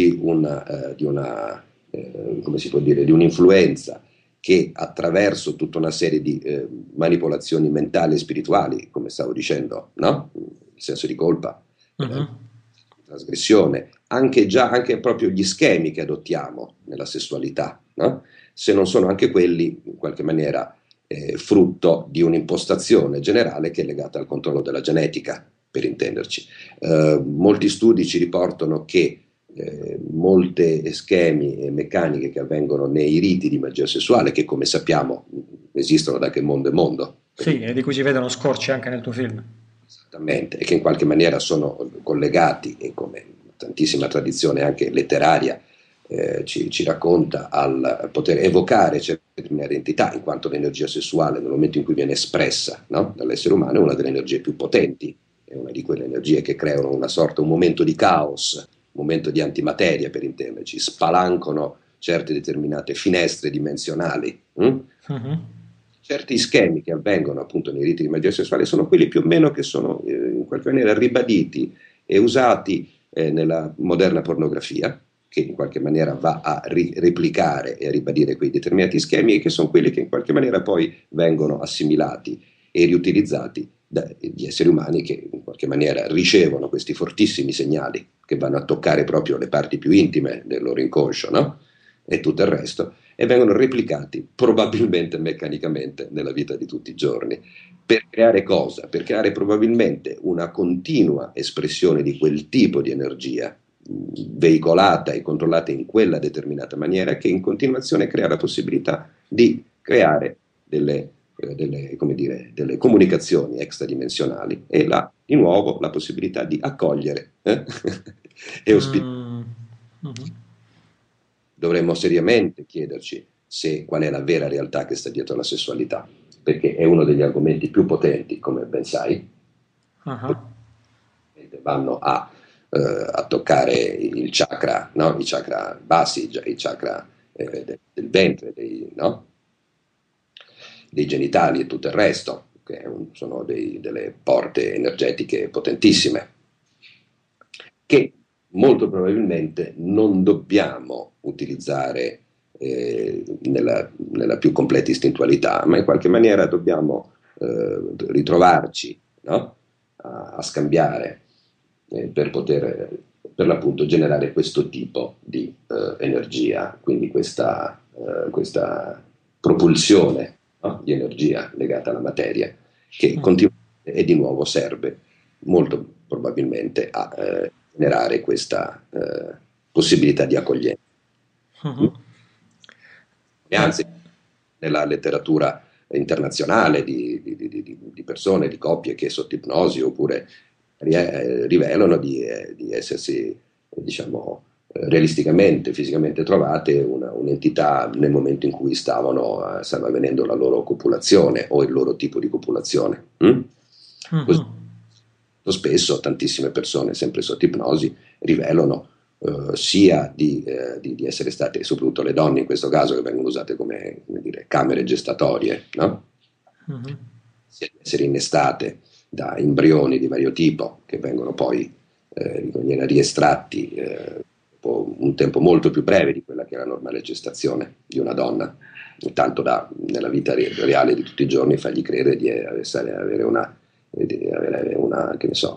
come si può dire, di un'influenza che attraverso tutta una serie di manipolazioni mentali e spirituali, come stavo dicendo, no? Il senso di colpa, Mhm. trasgressione, anche proprio gli schemi che adottiamo nella sessualità, no? Se non sono anche quelli in qualche maniera frutto di un'impostazione generale che è legata al controllo della genetica, per intenderci. Molti studi ci riportano che molte schemi e meccaniche che avvengono nei riti di magia sessuale, che come sappiamo esistono da che mondo è mondo, Sì, e di cui si vedono scorci anche nel tuo film. esattamente, e che in qualche maniera sono collegati, e come tantissima tradizione anche letteraria ci racconta, al poter evocare certe determinate entità, in quanto l'energia sessuale nel momento in cui viene espressa, no, dall'essere umano è una delle energie più potenti, è una di quelle energie che creano un momento di caos, un momento di antimateria per intenderci, spalancano certe determinate finestre dimensionali. Mhm. Certi schemi che avvengono appunto nei riti di magia sessuale sono quelli più o meno che sono in qualche maniera ribaditi e usati nella moderna pornografia, che in qualche maniera va a replicare e a ribadire quei determinati schemi, e che sono quelli che in qualche maniera poi vengono assimilati e riutilizzati dagli esseri umani, che in qualche maniera ricevono questi fortissimi segnali che vanno a toccare proprio le parti più intime del loro inconscio, no? E tutto il resto, e vengono replicati probabilmente meccanicamente nella vita di tutti i giorni. Per creare cosa? Per creare probabilmente una continua espressione di quel tipo di energia veicolata e controllata in quella determinata maniera, che in continuazione crea la possibilità di creare come dire, delle comunicazioni extradimensionali e di nuovo la possibilità di accogliere e ospitare. Mm. Mhm. Dovremmo seriamente chiederci qual è la vera realtà che sta dietro la sessualità, perché è uno degli argomenti più potenti, come ben sai, Ah. vanno a toccare il chakra, no? I chakra bassi, i chakra del ventre, no? dei genitali e tutto il resto, che sono delle porte energetiche potentissime, che molto probabilmente non dobbiamo utilizzare nella più completa istintualità, ma in qualche maniera dobbiamo ritrovarci, no? a scambiare per poter per l'appunto generare questo tipo di energia, quindi questa propulsione, no? di energia legata alla materia che continua e di nuovo serve molto probabilmente a generare questa possibilità di accoglienza. Mhm. E anzi, nella letteratura internazionale di persone, di coppie che sotto ipnosi oppure rivelano di essersi, diciamo, realisticamente, fisicamente trovate un'entità nel momento in cui stava avvenendo la loro copulazione o il loro tipo di copulazione. Così, Mhm. spesso tantissime persone, sempre sotto ipnosi, rivelano sia di essere state, soprattutto le donne in questo caso, che vengono usate come dire, camere gestatorie, no? Mhm. Sia di essere innestate da embrioni di vario tipo che vengono poi viene riestratti dopo un tempo molto più breve di quella che è la normale gestazione di una donna, tanto da nella vita reale di tutti i giorni fargli credere di avere una, che ne so,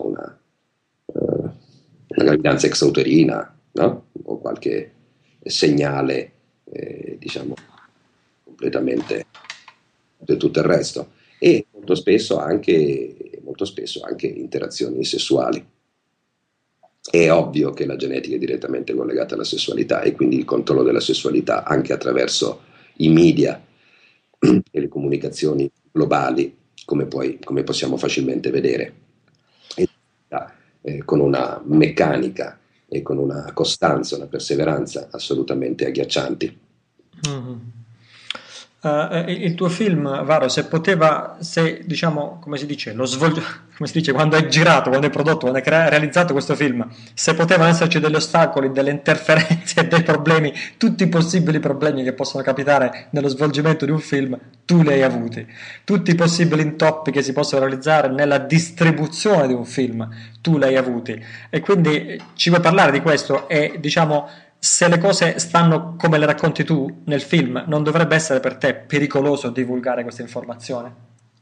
una gravidanza extrauterina, no? O qualche segnale, diciamo, completamente per tutto il resto. E molto spesso anche interazioni sessuali. È ovvio che la genetica è direttamente collegata alla sessualità e quindi il controllo della sessualità anche attraverso i media e le comunicazioni globali, come possiamo facilmente vedere, e con una meccanica e con una costanza, una perseveranza assolutamente agghiaccianti. Mhm. Il tuo film, Varo, se poteva, se diciamo, come si dice, come si dice, quando è girato, quando è prodotto, quando è realizzato questo film, se potevano esserci degli ostacoli, delle interferenze e dei problemi, tutti i possibili problemi che possono capitare nello svolgimento di un film, tu li hai avuti. Tutti i possibili intoppi che si possono realizzare nella distribuzione di un film, tu li hai avuti. E quindi ci vuoi parlare di questo e, diciamo, se le cose stanno come le racconti tu nel film, non dovrebbe essere per te pericoloso divulgare questa informazione?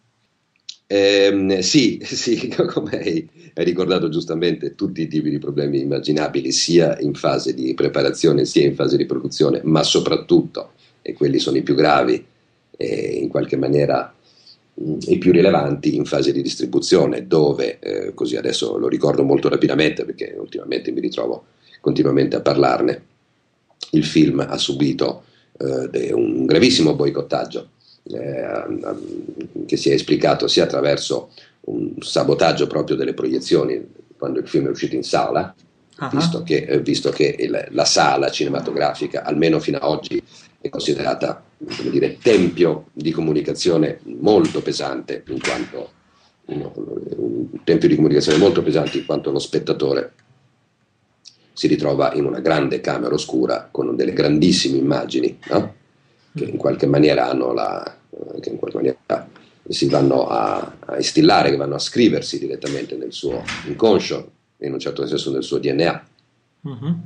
Sì, sì, come hai ricordato giustamente, tutti i tipi di problemi immaginabili, sia in fase di preparazione sia in fase di produzione, ma soprattutto, e quelli sono i più gravi e in qualche maniera i più rilevanti, in fase di distribuzione, dove, così adesso lo ricordo molto rapidamente perché ultimamente mi ritrovo continuamente a parlarne, il film ha subito un gravissimo boicottaggio che si è esplicato sia attraverso un sabotaggio proprio delle proiezioni quando il film è uscito in sala, Ah, visto che la sala cinematografica, almeno fino ad oggi, è considerata, come dire, tempio di comunicazione molto pesante, in quanto un tempio di comunicazione molto pesante in quanto lo spettatore si ritrova in una grande camera oscura con delle grandissime immagini, no? Che in qualche maniera che in qualche maniera si vanno a instillare, che vanno a scriversi direttamente nel suo inconscio, in un certo senso nel suo DNA. mhm.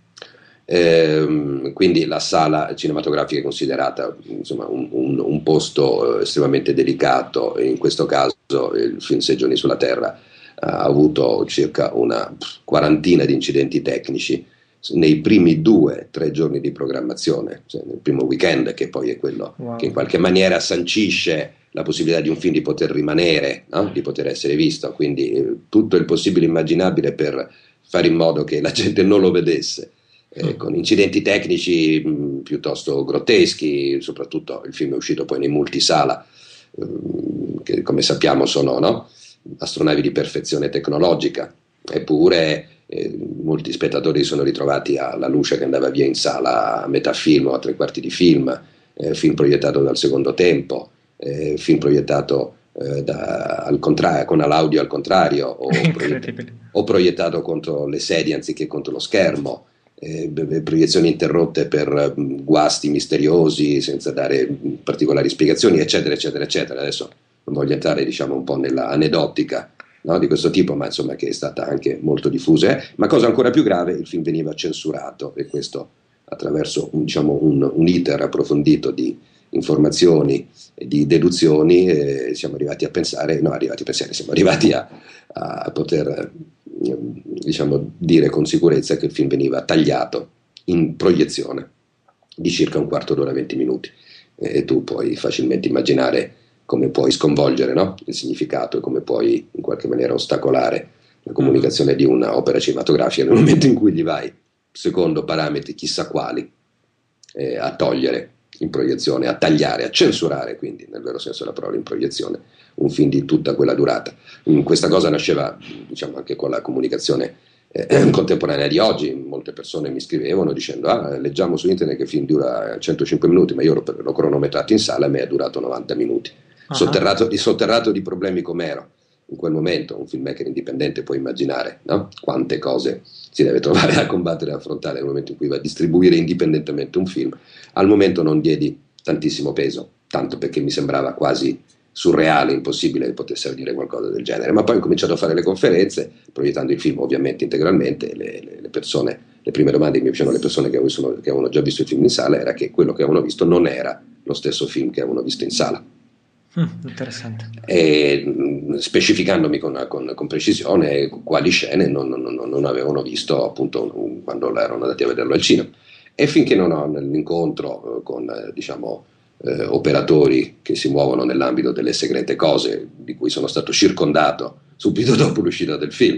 Quindi la sala cinematografica è considerata insomma, un posto estremamente delicato, e in questo caso il film Sei giorni sulla Terra ha avuto circa una quarantina di incidenti tecnici nei primi 2 o 3 giorni di programmazione, cioè nel primo weekend, che poi è quello che in Wow. qualche maniera sancisce la possibilità di un film di poter rimanere, no? Di poter essere visto, quindi tutto il possibile immaginabile per fare in modo che la gente non lo vedesse, con incidenti tecnici piuttosto grotteschi, soprattutto il film è uscito poi nei multisala, che come sappiamo sono, no? Astronavi di perfezione tecnologica, eppure molti spettatori si sono ritrovati alla luce che andava via in sala a metà film o a 3 quarti di film, film proiettato dal secondo tempo, film proiettato al contrario, con l'audio al contrario, Incredibile. o proiettato contro le sedie anziché contro lo schermo, proiezioni interrotte per guasti misteriosi senza dare particolari spiegazioni, eccetera, eccetera, eccetera. Adesso non voglio entrare, diciamo, un po' nella aneddotica, no, di questo tipo, ma insomma che è stata anche molto diffusa. Ma cosa ancora più grave, il film veniva censurato, e questo attraverso diciamo, un iter approfondito di informazioni e di deduzioni, siamo arrivati a pensare, siamo arrivati a poter diciamo, dire con sicurezza che il film veniva tagliato in proiezione di circa un quarto d'ora, 20 minuti, e tu puoi facilmente immaginare come puoi sconvolgere, no? Il significato, e come puoi in qualche maniera ostacolare la comunicazione di un'opera cinematografica nel momento in cui gli vai, secondo parametri chissà quali, a togliere in proiezione, a tagliare, a censurare, quindi nel vero senso della parola, in proiezione un film di tutta quella durata. Questa cosa nasceva, diciamo, anche con la comunicazione contemporanea di oggi. Molte persone mi scrivevano dicendo: leggiamo su internet che il film dura 105 minuti, ma io l'ho cronometrato in sala e mi è durato 90 minuti. Sotterrato di problemi com'ero in quel momento, un filmmaker indipendente può immaginare, no? Quante cose si deve trovare a combattere e affrontare nel momento in cui va a distribuire indipendentemente un film. Al momento non diedi tantissimo peso, tanto perché mi sembrava quasi surreale, impossibile che potesse avvenire qualcosa del genere. Ma poi ho cominciato a fare le conferenze, proiettando il film ovviamente integralmente. Le persone, le prime domande che mi facevano le persone che avevano già visto il film in sala era che quello che avevano visto non era lo stesso film che avevano visto in sala. Interessante. E specificandomi con precisione quali scene non avevano visto appunto quando erano andati a vederlo al cinema. E finché non ho nell'incontro con diciamo operatori che si muovono nell'ambito delle segrete cose, di cui sono stato circondato subito dopo l'uscita del film,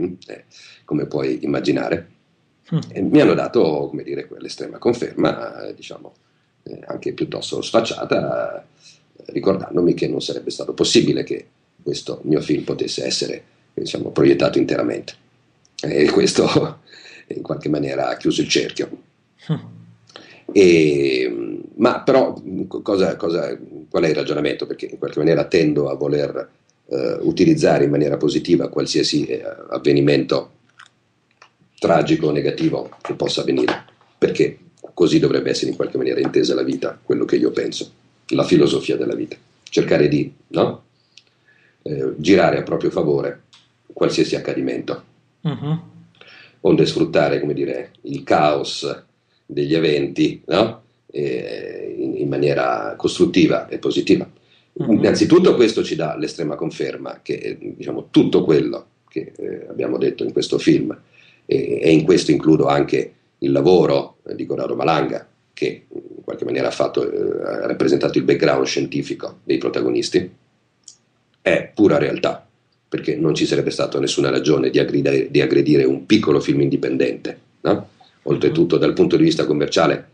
come puoi immaginare, mi hanno dato, come dire, quell'estrema conferma, diciamo, anche piuttosto sfacciata, ricordandomi che non sarebbe stato possibile che questo mio film potesse essere, diciamo, proiettato interamente, e questo in qualche maniera ha chiuso il cerchio. Ma però qual è il ragionamento? Perché in qualche maniera tendo a voler utilizzare in maniera positiva qualsiasi avvenimento tragico o negativo che possa avvenire, perché così dovrebbe essere in qualche maniera intesa la vita, quello che io penso, la filosofia della vita, cercare di girare a proprio favore qualsiasi accadimento, onde sfruttare, come dire, il caos degli eventi, no? In maniera costruttiva e positiva. Innanzitutto questo ci dà l'estrema conferma che diciamo, tutto quello che abbiamo detto in questo film, e in questo includo anche il lavoro di Corrado Malanga, che in qualche maniera ha rappresentato il background scientifico dei protagonisti, è pura realtà, perché non ci sarebbe stata nessuna ragione di aggredire un piccolo film indipendente, no? Oltretutto dal punto di vista commerciale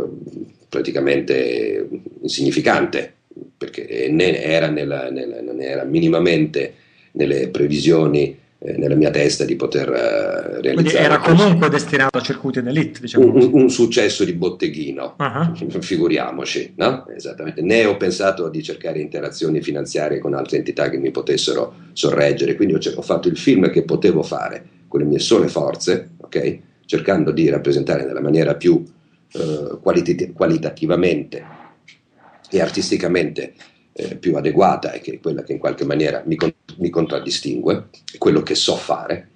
praticamente insignificante, perché non era minimamente nelle previsioni nella mia testa di poter realizzare. Quindi era comunque destinato a circuiti d'élite, diciamo. Un successo di botteghino, figuriamoci, no? Esattamente. Né ho pensato di cercare interazioni finanziarie con altre entità che mi potessero sorreggere, quindi ho fatto il film che potevo fare con le mie sole forze, ok? Cercando di rappresentare nella maniera più qualitativamente e artisticamente più adeguata, e che è quella che in qualche maniera mi contraddistingue, è quello che so fare,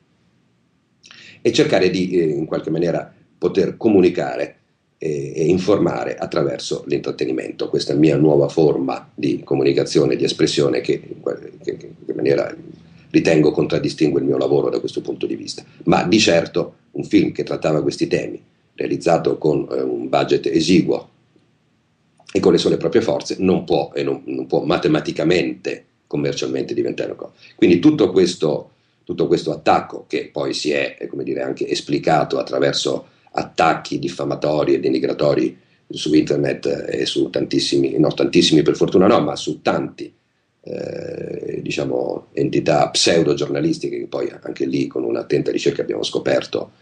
e cercare di in qualche maniera poter comunicare e informare attraverso l'intrattenimento. Questa è la mia nuova forma di comunicazione, di espressione, che in qualche maniera ritengo contraddistingue il mio lavoro da questo punto di vista. Ma di certo un film che trattava questi temi, realizzato con un budget esiguo e con le sole proprie forze, non può matematicamente, commercialmente diventare una cosa. Quindi tutto questo attacco, che poi si è, come dire, anche esplicato attraverso attacchi diffamatori e denigratori su internet e su tantissimi per fortuna no, ma su tanti diciamo entità pseudo giornalistiche, che poi anche lì con un'attenta ricerca abbiamo scoperto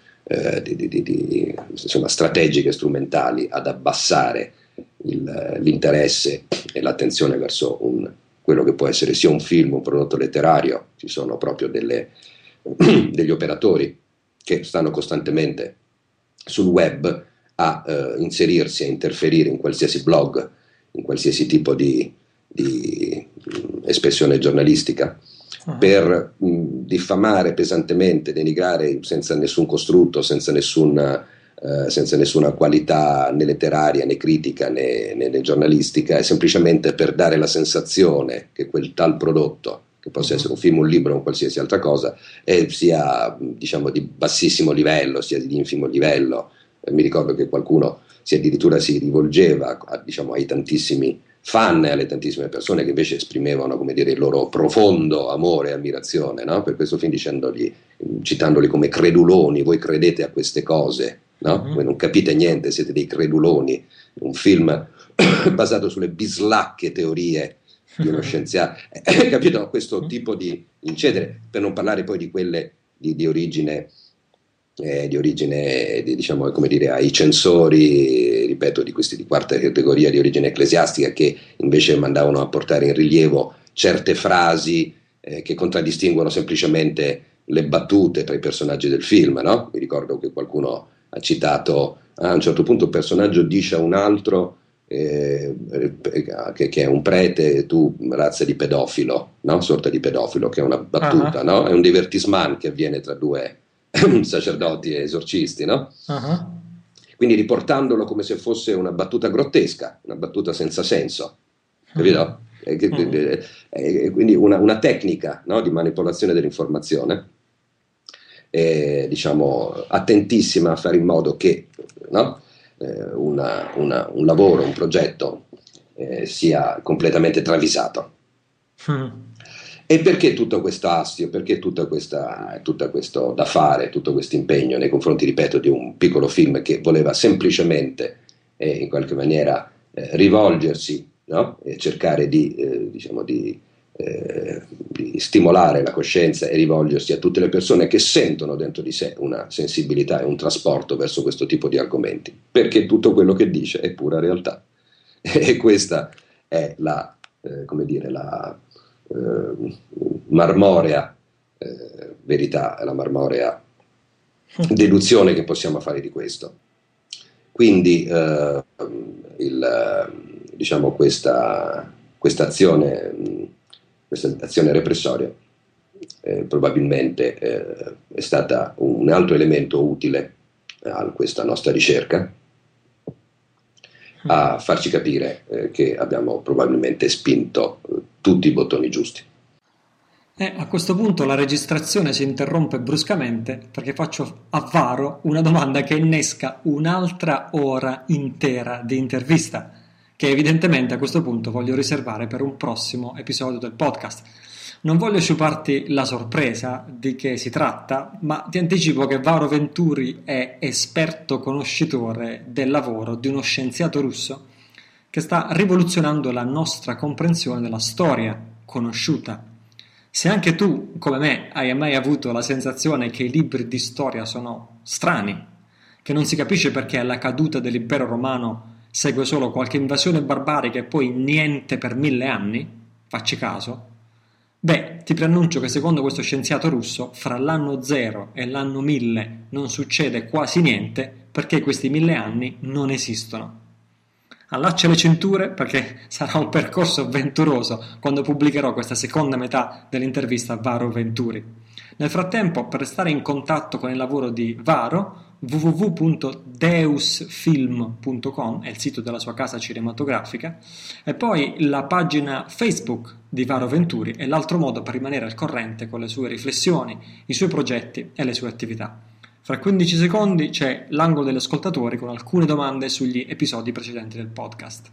insomma, strategiche strumentali ad abbassare l'interesse e l'attenzione verso quello che può essere sia un film, un prodotto letterario. Ci sono proprio degli operatori che stanno costantemente sul web a inserirsi, a interferire in qualsiasi blog, in qualsiasi tipo di espressione giornalistica, per diffamare pesantemente, denigrare senza nessun costrutto, senza nessuna qualità né letteraria né critica né giornalistica, è semplicemente per dare la sensazione che quel tal prodotto, che possa essere un film, un libro o qualsiasi altra cosa, sia diciamo di bassissimo livello, sia di infimo livello. Mi ricordo che qualcuno addirittura si rivolgeva diciamo, ai tantissimi fan e alle tantissime persone che invece esprimevano, come dire, il loro profondo amore e ammirazione, no? Per questo film, citandoli come creduloni: voi credete a queste cose, no? Voi non capite niente, siete dei creduloni. Un film basato sulle bislacche teorie di uno scienziato, capito? Questo tipo di incedere, per non parlare poi di quelle di origine diciamo, come dire, ai censori, ripeto, di questi di quarta categoria, di origine ecclesiastica, che invece mandavano a portare in rilievo certe frasi che contraddistinguono semplicemente le battute tra i personaggi del film, no? Mi ricordo che qualcuno ha citato a un certo punto: un personaggio dice a un altro che è un prete, tu razza di pedofilo, no? Sorta di pedofilo, che è una battuta, no? È un divertissement che avviene tra due sacerdoti e esorcisti, no? Quindi riportandolo come se fosse una battuta grottesca, una battuta senza senso, capito? Quindi una tecnica, no? Di manipolazione dell'informazione, diciamo attentissima a fare in modo che, no? Un lavoro, un progetto sia completamente travisato. E perché tutto questo astio, perché tutto questo da fare, tutto questo impegno nei confronti, ripeto, di un piccolo film che voleva semplicemente in qualche maniera rivolgersi, no? E cercare di stimolare la coscienza e rivolgersi a tutte le persone che sentono dentro di sé una sensibilità e un trasporto verso questo tipo di argomenti, perché tutto quello che dice è pura realtà. E questa è la marmorea verità, la marmorea deduzione che possiamo fare di questo. Quindi diciamo questa azione repressoria probabilmente è stata un altro elemento utile a questa nostra ricerca, a farci capire che abbiamo probabilmente spinto tutti i bottoni giusti. A questo punto la registrazione si interrompe bruscamente perché faccio a Varo una domanda che innesca un'altra ora intera di intervista, che evidentemente a questo punto voglio riservare per un prossimo episodio del podcast. Non voglio sciuparti la sorpresa di che si tratta, ma ti anticipo che Varo Venturi è esperto conoscitore del lavoro di uno scienziato russo che sta rivoluzionando la nostra comprensione della storia conosciuta. Se anche tu, come me, hai mai avuto la sensazione che i libri di storia sono strani, che non si capisce perché alla caduta dell'impero romano segue solo qualche invasione barbarica e poi niente per 1000 anni, facci caso, beh, ti preannuncio che secondo questo scienziato russo fra l'anno 0 e l'anno 1000 non succede quasi niente perché questi 1000 anni non esistono. Allaccia le cinture perché sarà un percorso avventuroso quando pubblicherò questa seconda metà dell'intervista a Varo Venturi. Nel frattempo, per restare in contatto con il lavoro di Varo, www.deusfilm.com è il sito della sua casa cinematografica, e poi la pagina Facebook di Varo Venturi è l'altro modo per rimanere al corrente con le sue riflessioni, i suoi progetti e le sue attività. Fra 15 secondi c'è l'angolo degli ascoltatori con alcune domande sugli episodi precedenti del podcast.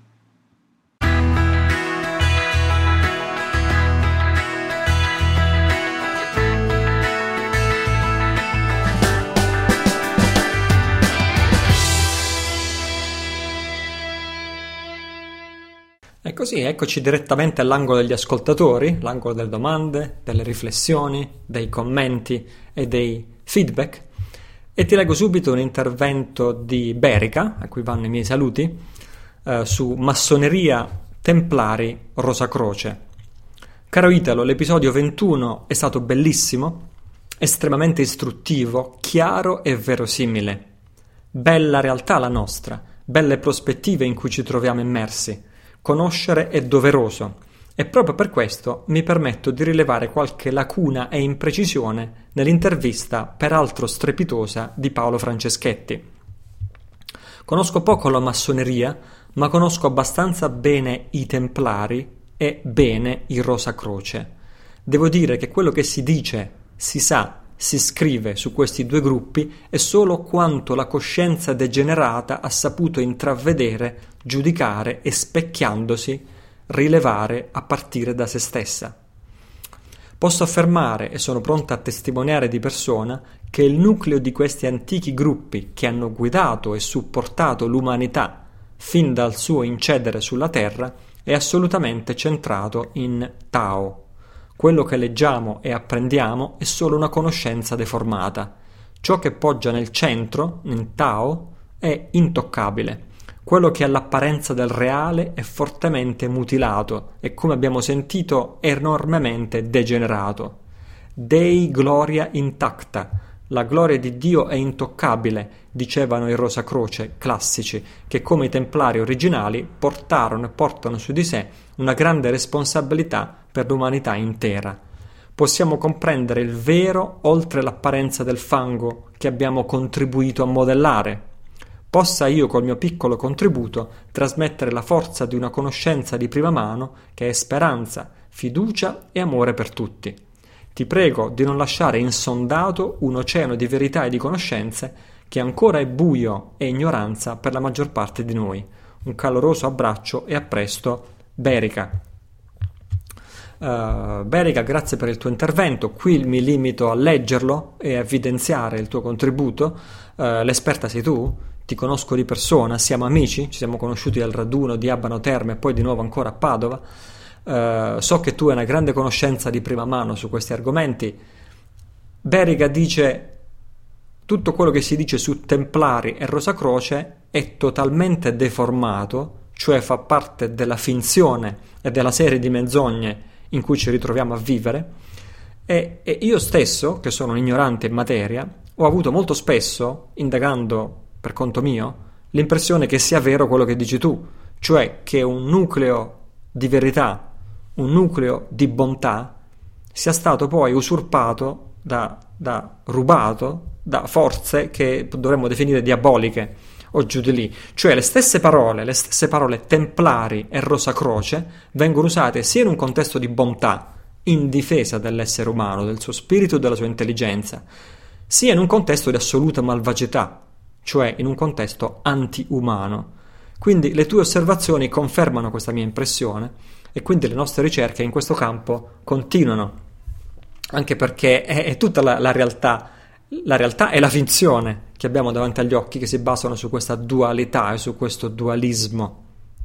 E così eccoci direttamente all'angolo degli ascoltatori, l'angolo delle domande, delle riflessioni, dei commenti e dei feedback. E ti leggo subito un intervento di Berica, a cui vanno i miei saluti, su Massoneria Templari Rosacroce. Caro Italo, l'episodio 21 è stato bellissimo, estremamente istruttivo, chiaro e verosimile. Bella realtà la nostra, belle prospettive in cui ci troviamo immersi. Conoscere è doveroso e proprio per questo mi permetto di rilevare qualche lacuna e imprecisione nell'intervista, peraltro strepitosa, di Paolo Franceschetti. Conosco poco la massoneria, ma conosco abbastanza bene i Templari e bene il Rosacroce. Devo dire che quello che si dice, si sa, si scrive su questi due gruppi è solo quanto la coscienza degenerata ha saputo intravedere, giudicare e, specchiandosi, rilevare a partire da se stessa. Posso affermare, e sono pronta a testimoniare di persona, che il nucleo di questi antichi gruppi che hanno guidato e supportato l'umanità fin dal suo incedere sulla Terra è assolutamente centrato in Tao. Quello che leggiamo e apprendiamo è solo una conoscenza deformata. Ciò che poggia nel centro, in Tao, è intoccabile. Quello che ha l'apparenza del reale è fortemente mutilato e, come abbiamo sentito, enormemente degenerato. Dei gloria intacta. La gloria di Dio è intoccabile, dicevano i Rosacroce classici, che come i Templari originali portarono e portano su di sé una grande responsabilità per l'umanità intera. Possiamo comprendere il vero oltre l'apparenza del fango che abbiamo contribuito a modellare. Possa io col mio piccolo contributo trasmettere la forza di una conoscenza di prima mano che è speranza, fiducia e amore per tutti. Ti prego di non lasciare insondato un oceano di verità e di conoscenze che ancora è buio e ignoranza per la maggior parte di noi. Un caloroso abbraccio e a presto, Berica. Berica, grazie per il tuo intervento. Qui mi limito a leggerlo e a evidenziare il tuo contributo. L'esperta sei tu, ti conosco di persona, siamo amici, ci siamo conosciuti al raduno di Abano Terme e poi di nuovo ancora a Padova. So che tu hai una grande conoscenza di prima mano su questi argomenti. Berica dice: tutto quello che si dice su Templari e Rosacroce è totalmente deformato, cioè fa parte della finzione e della serie di menzogne in cui ci ritroviamo a vivere, e io stesso, che sono un ignorante in materia, ho avuto molto spesso, indagando per conto mio, l'impressione che sia vero quello che dici tu, cioè che un nucleo di verità, un nucleo di bontà sia stato poi usurpato rubato da forze che dovremmo definire diaboliche o giù di lì. Cioè le stesse parole Templari e Rosacroce vengono usate sia in un contesto di bontà, in difesa dell'essere umano, del suo spirito e della sua intelligenza, sia in un contesto di assoluta malvagità, cioè in un contesto anti-umano. Quindi le tue osservazioni confermano questa mia impressione e quindi le nostre ricerche in questo campo continuano, anche perché è tutta la realtà. La realtà è la finzione che abbiamo davanti agli occhi, che si basano su questa dualità e su questo dualismo.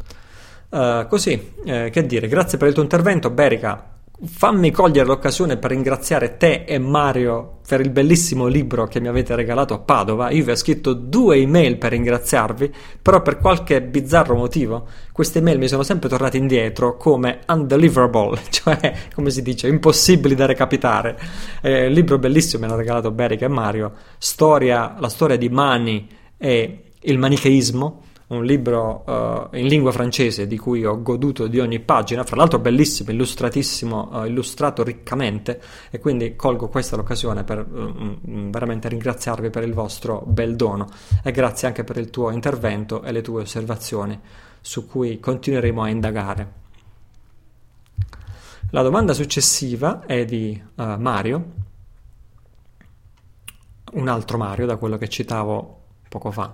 Che dire, grazie per il tuo intervento, Berica. Fammi cogliere l'occasione per ringraziare te e Mario per il bellissimo libro che mi avete regalato a Padova. Io vi ho scritto 2 email per ringraziarvi, però per qualche bizzarro motivo queste email mi sono sempre tornate indietro come undeliverable, cioè, come si dice, impossibili da recapitare. Il libro bellissimo mi hanno regalato Berica e Mario, la storia di Mani e il manicheismo, un libro in lingua francese di cui ho goduto di ogni pagina, fra l'altro bellissimo, illustratissimo, illustrato riccamente, e quindi colgo questa l'occasione per veramente ringraziarvi per il vostro bel dono e grazie anche per il tuo intervento e le tue osservazioni su cui continueremo a indagare. La domanda successiva è di Mario, un altro Mario da quello che citavo poco fa.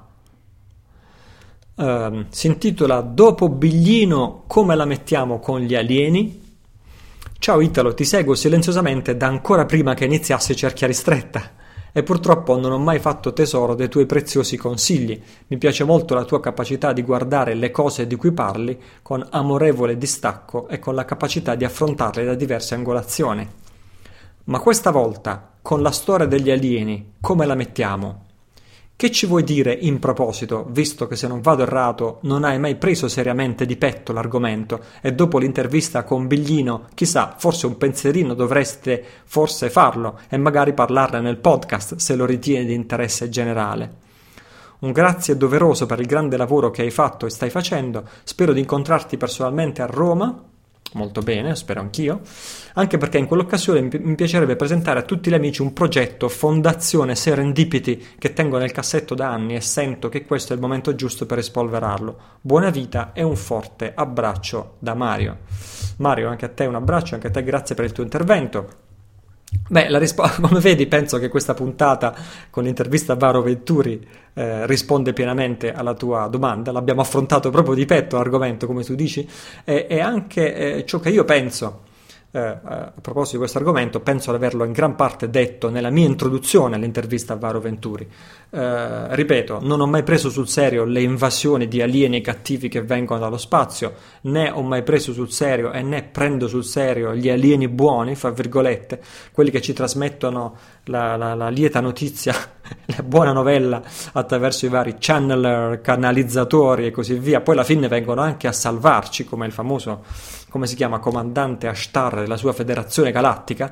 Si intitola Dopo Biglino come la mettiamo con gli alieni? Ciao Italo, ti seguo silenziosamente da ancora prima che iniziasse Cerchia Ristretta e purtroppo non ho mai fatto tesoro dei tuoi preziosi consigli. Mi piace molto la tua capacità di guardare le cose di cui parli con amorevole distacco e con la capacità di affrontarle da diverse angolazioni. Ma questa volta, con la storia degli alieni, come la mettiamo? Che ci vuoi dire in proposito, visto che, se non vado errato, non hai mai preso seriamente di petto l'argomento e dopo l'intervista con Biglino, chissà, forse un pensierino dovreste forse farlo e magari parlarne nel podcast se lo ritieni di interesse generale. Un grazie doveroso per il grande lavoro che hai fatto e stai facendo. Spero di incontrarti personalmente a Roma. Molto bene, spero anch'io, anche perché in quell'occasione mi piacerebbe presentare a tutti gli amici un progetto Fondazione Serendipity che tengo nel cassetto da anni e sento che questo è il momento giusto per espolverarlo. Buona vita e un forte abbraccio da Mario. Mario, anche a te un abbraccio, anche a te grazie per il tuo intervento. Beh, come vedi, penso che questa puntata con l'intervista a Varo Venturi risponde pienamente alla tua domanda. L'abbiamo affrontato proprio di petto l'argomento, come tu dici, e anche ciò che io penso a proposito di questo argomento, penso di averlo in gran parte detto nella mia introduzione all'intervista a Varo Venturi. Ripeto, non ho mai preso sul serio le invasioni di alieni cattivi che vengono dallo spazio, né ho mai preso sul serio e né prendo sul serio gli alieni buoni, fra virgolette, quelli che ci trasmettono la lieta notizia, la buona novella attraverso i vari channeler, canalizzatori e così via. Poi alla fine vengono anche a salvarci, come il famoso, come si chiama, comandante Ashtar della sua federazione galattica.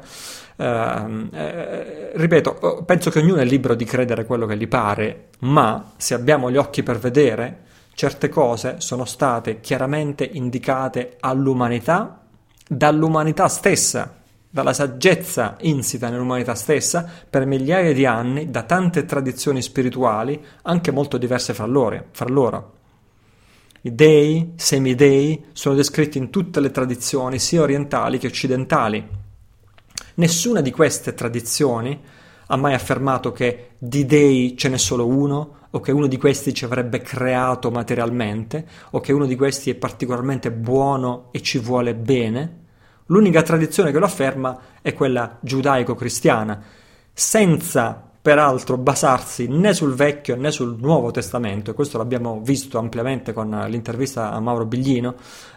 Ripeto, penso che ognuno è libero di credere quello che gli pare, ma se abbiamo gli occhi per vedere, certe cose sono state chiaramente indicate all'umanità dall'umanità stessa, dalla saggezza insita nell'umanità stessa per migliaia di anni, da tante tradizioni spirituali anche molto diverse fra loro. I dei, semidei, sono descritti in tutte le tradizioni, sia orientali che occidentali. Nessuna di queste tradizioni ha mai affermato che di dei ce n'è solo uno, o che uno di questi ci avrebbe creato materialmente, o che uno di questi è particolarmente buono e ci vuole bene. L'unica tradizione che lo afferma è quella giudaico-cristiana, senza peraltro basarsi né sul Vecchio né sul Nuovo Testamento, e questo l'abbiamo visto ampiamente con l'intervista a Mauro Biglino.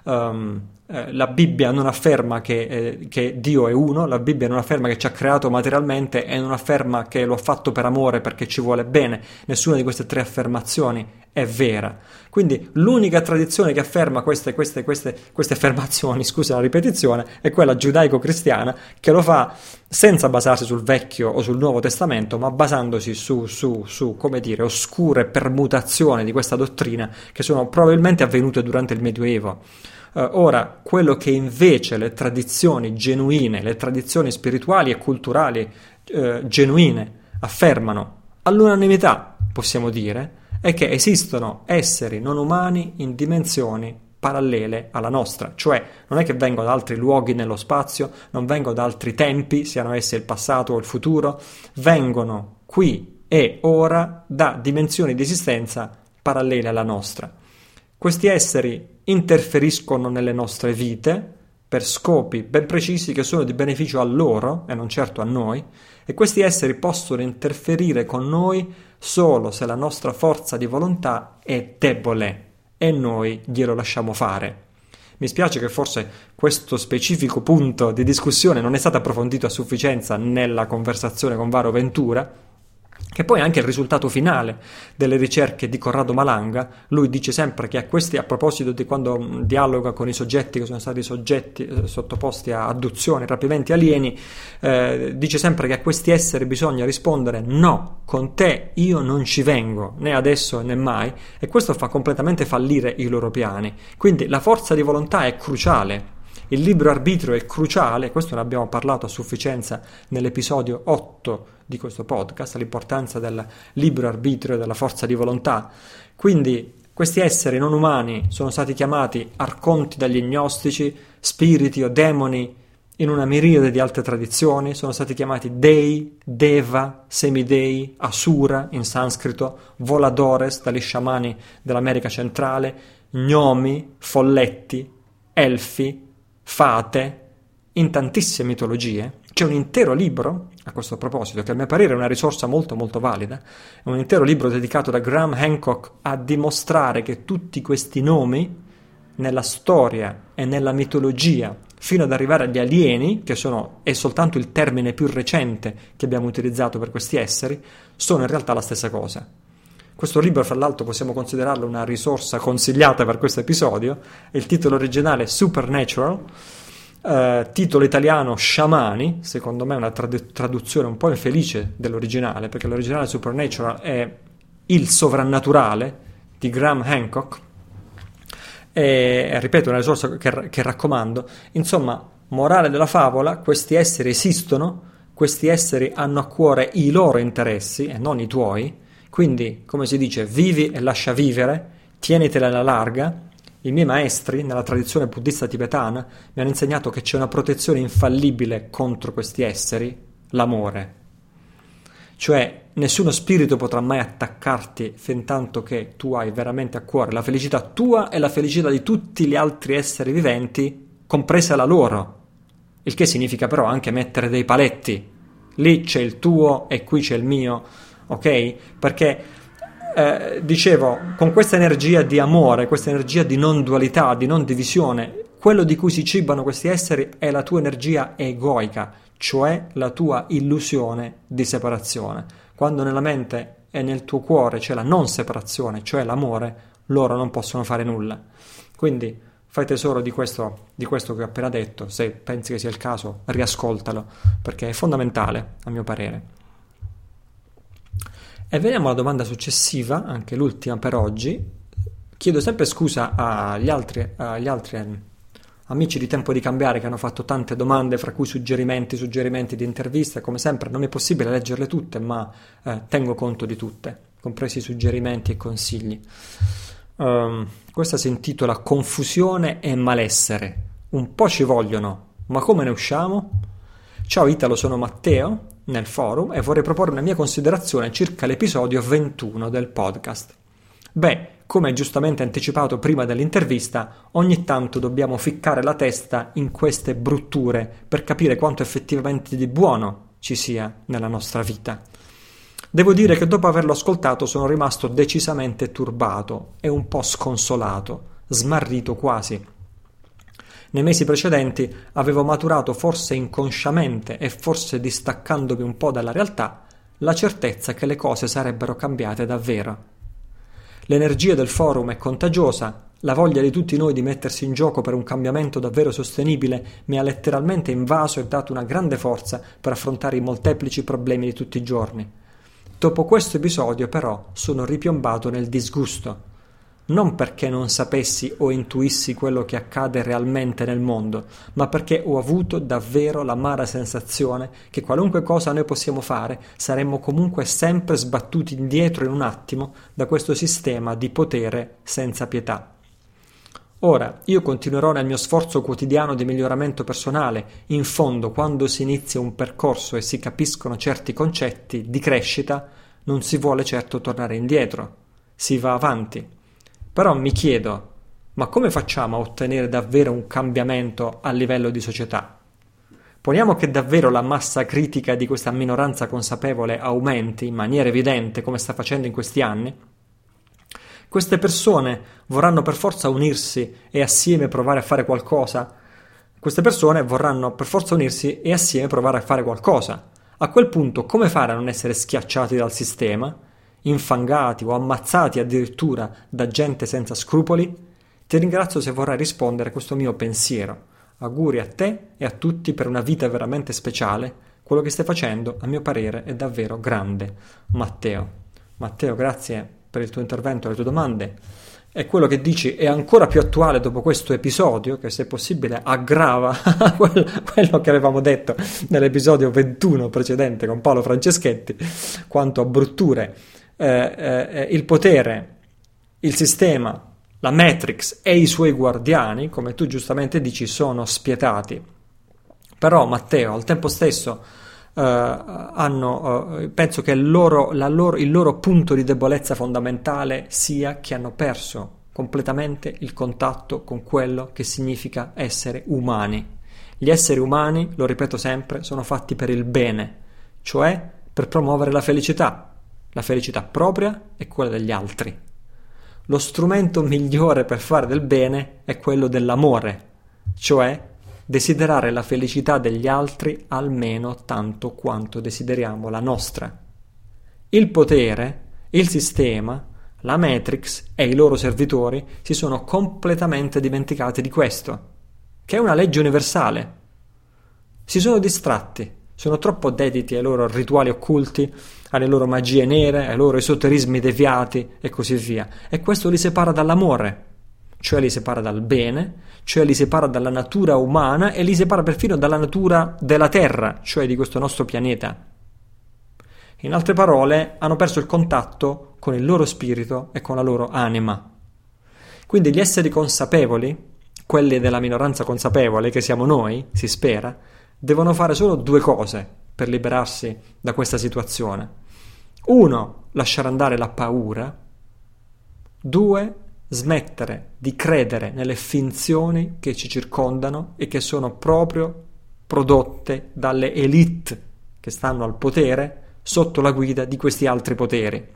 La Bibbia non afferma che Dio è uno, la Bibbia non afferma che ci ha creato materialmente e non afferma che lo ha fatto per amore perché ci vuole bene. Nessuna di queste tre affermazioni è vera. Quindi l'unica tradizione che afferma queste affermazioni, scusa la ripetizione, è quella giudaico-cristiana, che lo fa senza basarsi sul Vecchio o sul Nuovo Testamento, ma basandosi su come dire, oscure permutazioni di questa dottrina che sono probabilmente avvenute durante il Medioevo. Ora, quello che invece le tradizioni genuine, le tradizioni spirituali e culturali genuine affermano all'unanimità, possiamo dire, è che esistono esseri non umani in dimensioni parallele alla nostra, cioè non è che vengono da altri luoghi nello spazio, non vengono da altri tempi, siano essi il passato o il futuro, vengono qui e ora da dimensioni di esistenza parallele alla nostra. Questi esseri interferiscono nelle nostre vite per scopi ben precisi che sono di beneficio a loro e non certo a noi, e questi esseri possono interferire con noi solo se la nostra forza di volontà è debole e noi glielo lasciamo fare. Mi spiace che forse questo specifico punto di discussione non è stato approfondito a sufficienza nella conversazione con Varo Ventura, che poi è anche il risultato finale delle ricerche di Corrado Malanga. Lui dice sempre che a proposito di quando dialoga con i soggetti che sono stati sottoposti a adduzioni, rapimenti alieni, dice sempre che a questi esseri bisogna rispondere: no, con te io non ci vengo, né adesso né mai, e questo fa completamente fallire i loro piani. Quindi la forza di volontà è cruciale. Il libero arbitrio è cruciale, questo ne abbiamo parlato a sufficienza nell'episodio 8 di questo podcast, l'importanza del libero arbitrio e della forza di volontà. Quindi questi esseri non umani sono stati chiamati arconti dagli gnostici, spiriti o demoni in una miriade di altre tradizioni, sono stati chiamati dei, deva, semidei, asura in sanscrito, voladores dagli sciamani dell'America centrale, gnomi, folletti, elfi, fate, in tantissime mitologie. C'è un intero libro a questo proposito, che a mio parere è una risorsa molto molto valida, è un intero libro dedicato da Graham Hancock a dimostrare che tutti questi nomi nella storia e nella mitologia, fino ad arrivare agli alieni, che è soltanto il termine più recente che abbiamo utilizzato per questi esseri, sono in realtà la stessa cosa. Questo libro, fra l'altro, possiamo considerarlo una risorsa consigliata per questo episodio. Il titolo originale è Supernatural, titolo italiano Sciamani, secondo me è una traduzione un po' infelice dell'originale, perché l'originale Supernatural è Il sovrannaturale di Graham Hancock, e ripeto, una risorsa che raccomando. Insomma, morale della favola: questi esseri esistono, questi esseri hanno a cuore i loro interessi e non i tuoi, quindi, come si dice, vivi e lascia vivere, tienitela alla larga. I miei maestri, nella tradizione buddista tibetana, mi hanno insegnato che c'è una protezione infallibile contro questi esseri: l'amore. Cioè, nessuno spirito potrà mai attaccarti fin tanto che tu hai veramente a cuore la felicità tua e la felicità di tutti gli altri esseri viventi, compresa la loro. Il che significa però anche mettere dei paletti. Lì c'è il tuo e qui c'è il mio, ok? Perché, dicevo, con questa energia di amore, questa energia di non dualità, di non divisione, quello di cui si cibano questi esseri è la tua energia egoica, cioè la tua illusione di separazione. Quando nella mente e nel tuo cuore c'è la non separazione, cioè l'amore, loro non possono fare nulla. Quindi fai tesoro di questo che ho appena detto. Se pensi che sia il caso, riascoltalo, perché è fondamentale, a mio parere. E veniamo alla domanda successiva, anche l'ultima per oggi. Chiedo sempre scusa agli altri amici di Tempo di Cambiare che hanno fatto tante domande, fra cui suggerimenti di interviste. Come sempre non è possibile leggerle tutte, ma tengo conto di tutte, compresi suggerimenti e consigli. Questa si intitola Confusione e malessere. Un po' ci vogliono, ma come ne usciamo? Ciao Italo, sono Matteo nel forum e vorrei proporre una mia considerazione circa l'episodio 21 del podcast. Beh, come giustamente anticipato prima dell'intervista, ogni tanto dobbiamo ficcare la testa in queste brutture per capire quanto effettivamente di buono ci sia nella nostra vita. Devo dire che dopo averlo ascoltato sono rimasto decisamente turbato e un po' sconsolato, smarrito quasi. Nei mesi precedenti avevo maturato, forse inconsciamente e forse distaccandomi un po' dalla realtà, la certezza che le cose sarebbero cambiate davvero. L'energia del forum è contagiosa, la voglia di tutti noi di mettersi in gioco per un cambiamento davvero sostenibile mi ha letteralmente invaso e dato una grande forza per affrontare i molteplici problemi di tutti i giorni. Dopo questo episodio, però, sono ripiombato nel disgusto. Non perché non sapessi o intuissi quello che accade realmente nel mondo, ma perché ho avuto davvero l'amara sensazione che qualunque cosa noi possiamo fare, saremmo comunque sempre sbattuti indietro in un attimo da questo sistema di potere senza pietà. Ora, io continuerò nel mio sforzo quotidiano di miglioramento personale. In fondo, quando si inizia un percorso e si capiscono certi concetti di crescita, non si vuole certo tornare indietro, si va avanti. Però mi chiedo, ma come facciamo a ottenere davvero un cambiamento a livello di società? Poniamo che davvero la massa critica di questa minoranza consapevole aumenti in maniera evidente, come sta facendo in questi anni. Queste persone vorranno per forza unirsi e assieme provare a fare qualcosa. A quel punto, come fare a non essere schiacciati dal sistema? Infangati o ammazzati addirittura da gente senza scrupoli? Ti ringrazio se vorrai rispondere a questo mio pensiero. Auguri a te e a tutti per una vita veramente speciale. Quello che stai facendo, a mio parere, è davvero grande. Matteo, grazie per il tuo intervento e le tue domande. E quello che dici è ancora più attuale dopo questo episodio, che se possibile aggrava quello che avevamo detto nell'episodio 21 precedente con Paolo Franceschetti, quanto a brutture. Il potere, il sistema, la Matrix e i suoi guardiani, come tu giustamente dici, sono spietati. Però Matteo, al tempo stesso, penso che il loro punto di debolezza fondamentale sia che hanno perso completamente il contatto con quello che significa essere umani. Gli esseri umani, lo ripeto sempre, sono fatti per il bene, cioè per promuovere la felicità propria e quella degli altri. Lo strumento migliore per fare del bene è quello dell'amore, cioè desiderare la felicità degli altri almeno tanto quanto desideriamo la nostra. Il potere, il sistema, la Matrix e i loro servitori si sono completamente dimenticati di questo, che è una legge universale. Si sono distratti, sono troppo dediti ai loro rituali occulti, alle loro magie nere, ai loro esoterismi deviati e così via. E questo li separa dall'amore, cioè li separa dal bene, cioè li separa dalla natura umana e li separa perfino dalla natura della Terra, cioè di questo nostro pianeta. In altre parole, hanno perso il contatto con il loro spirito e con la loro anima. Quindi gli esseri consapevoli, quelli della minoranza consapevole, che siamo noi, si spera, devono fare solo due cose per liberarsi da questa situazione. 1. Lasciare andare la paura. 2. Smettere di credere nelle finzioni che ci circondano e che sono proprio prodotte dalle elite che stanno al potere sotto la guida di questi altri poteri.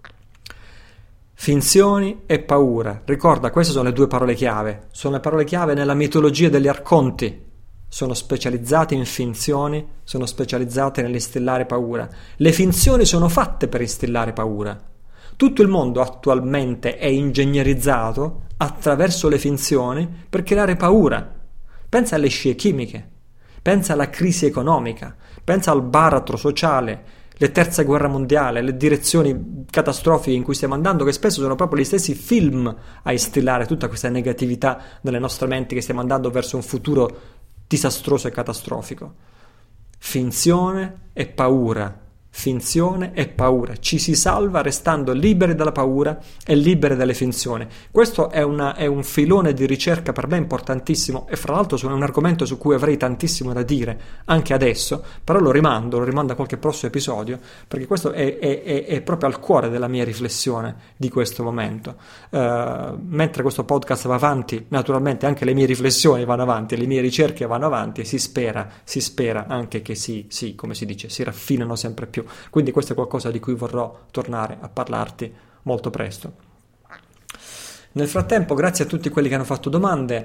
Finzioni e paura. Ricorda, queste sono le due parole chiave. Sono le parole chiave nella mitologia degli arconti. Sono specializzati in finzioni, sono specializzati nell'instillare paura. Le finzioni sono fatte per instillare paura. Tutto il mondo attualmente è ingegnerizzato attraverso le finzioni per creare paura. Pensa alle scie chimiche, pensa alla crisi economica, pensa al baratro sociale, le terza guerra mondiale, le direzioni catastrofiche in cui stiamo andando, che spesso sono proprio gli stessi film a instillare tutta questa negatività nelle nostre menti, che stiamo andando verso un futuro disastroso e catastrofico. Finzione e paura. Finzione e paura. Ci si salva restando liberi dalla paura e liberi dalle finzioni. Questo è un filone di ricerca per me importantissimo e fra l'altro è un argomento su cui avrei tantissimo da dire anche adesso, però lo rimando a qualche prossimo episodio, perché questo è proprio al cuore della mia riflessione di questo momento. Mentre questo podcast va avanti, naturalmente anche le mie riflessioni vanno avanti, le mie ricerche vanno avanti e si spera anche che come si dice, si raffinano sempre più. Quindi questo è qualcosa di cui vorrò tornare a parlarti molto presto. Nel frattempo, grazie a tutti quelli che hanno fatto domande,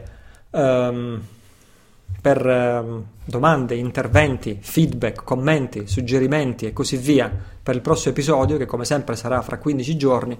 domande, interventi, feedback, commenti, suggerimenti e così via per il prossimo episodio, che come sempre sarà fra 15 giorni.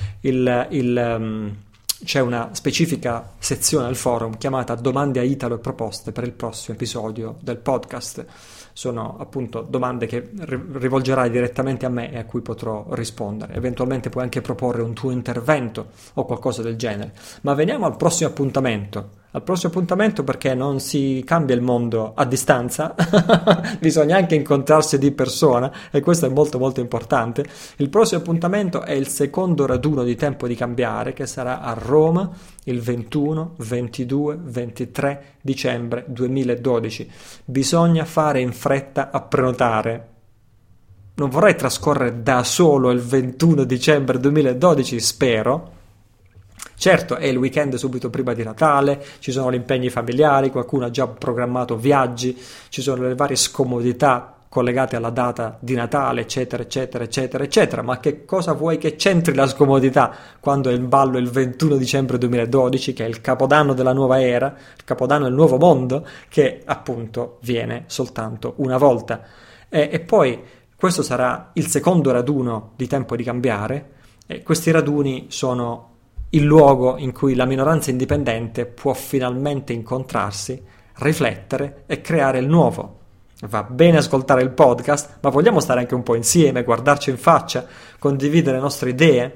C'è una specifica sezione al forum chiamata Domande a Italo e proposte per il prossimo episodio del podcast. Sono appunto domande che rivolgerai direttamente a me e a cui potrò rispondere. Eventualmente puoi anche proporre un tuo intervento o qualcosa del genere. Ma veniamo al prossimo appuntamento. Al prossimo appuntamento, perché non si cambia il mondo a distanza, bisogna anche incontrarsi di persona e questo è molto molto importante. Il prossimo appuntamento è il secondo raduno di Tempo di Cambiare, che sarà a Roma il 21, 22, 23 dicembre 2012. Bisogna fare in fretta a prenotare. Non vorrei trascorrere da solo il 21 dicembre 2012, spero. Certo, è il weekend subito prima di Natale, ci sono gli impegni familiari, qualcuno ha già programmato viaggi, ci sono le varie scomodità collegate alla data di Natale, eccetera, eccetera, eccetera, eccetera. Ma che cosa vuoi che c'entri la scomodità quando è in ballo il 21 dicembre 2012, che è il capodanno della nuova era, il capodanno del nuovo mondo, che appunto viene soltanto una volta. E poi questo sarà il secondo raduno di Tempo di Cambiare, e questi raduni sono il luogo in cui la minoranza indipendente può finalmente incontrarsi, riflettere e creare il nuovo. Va bene ascoltare il podcast, ma vogliamo stare anche un po' insieme, guardarci in faccia, condividere le nostre idee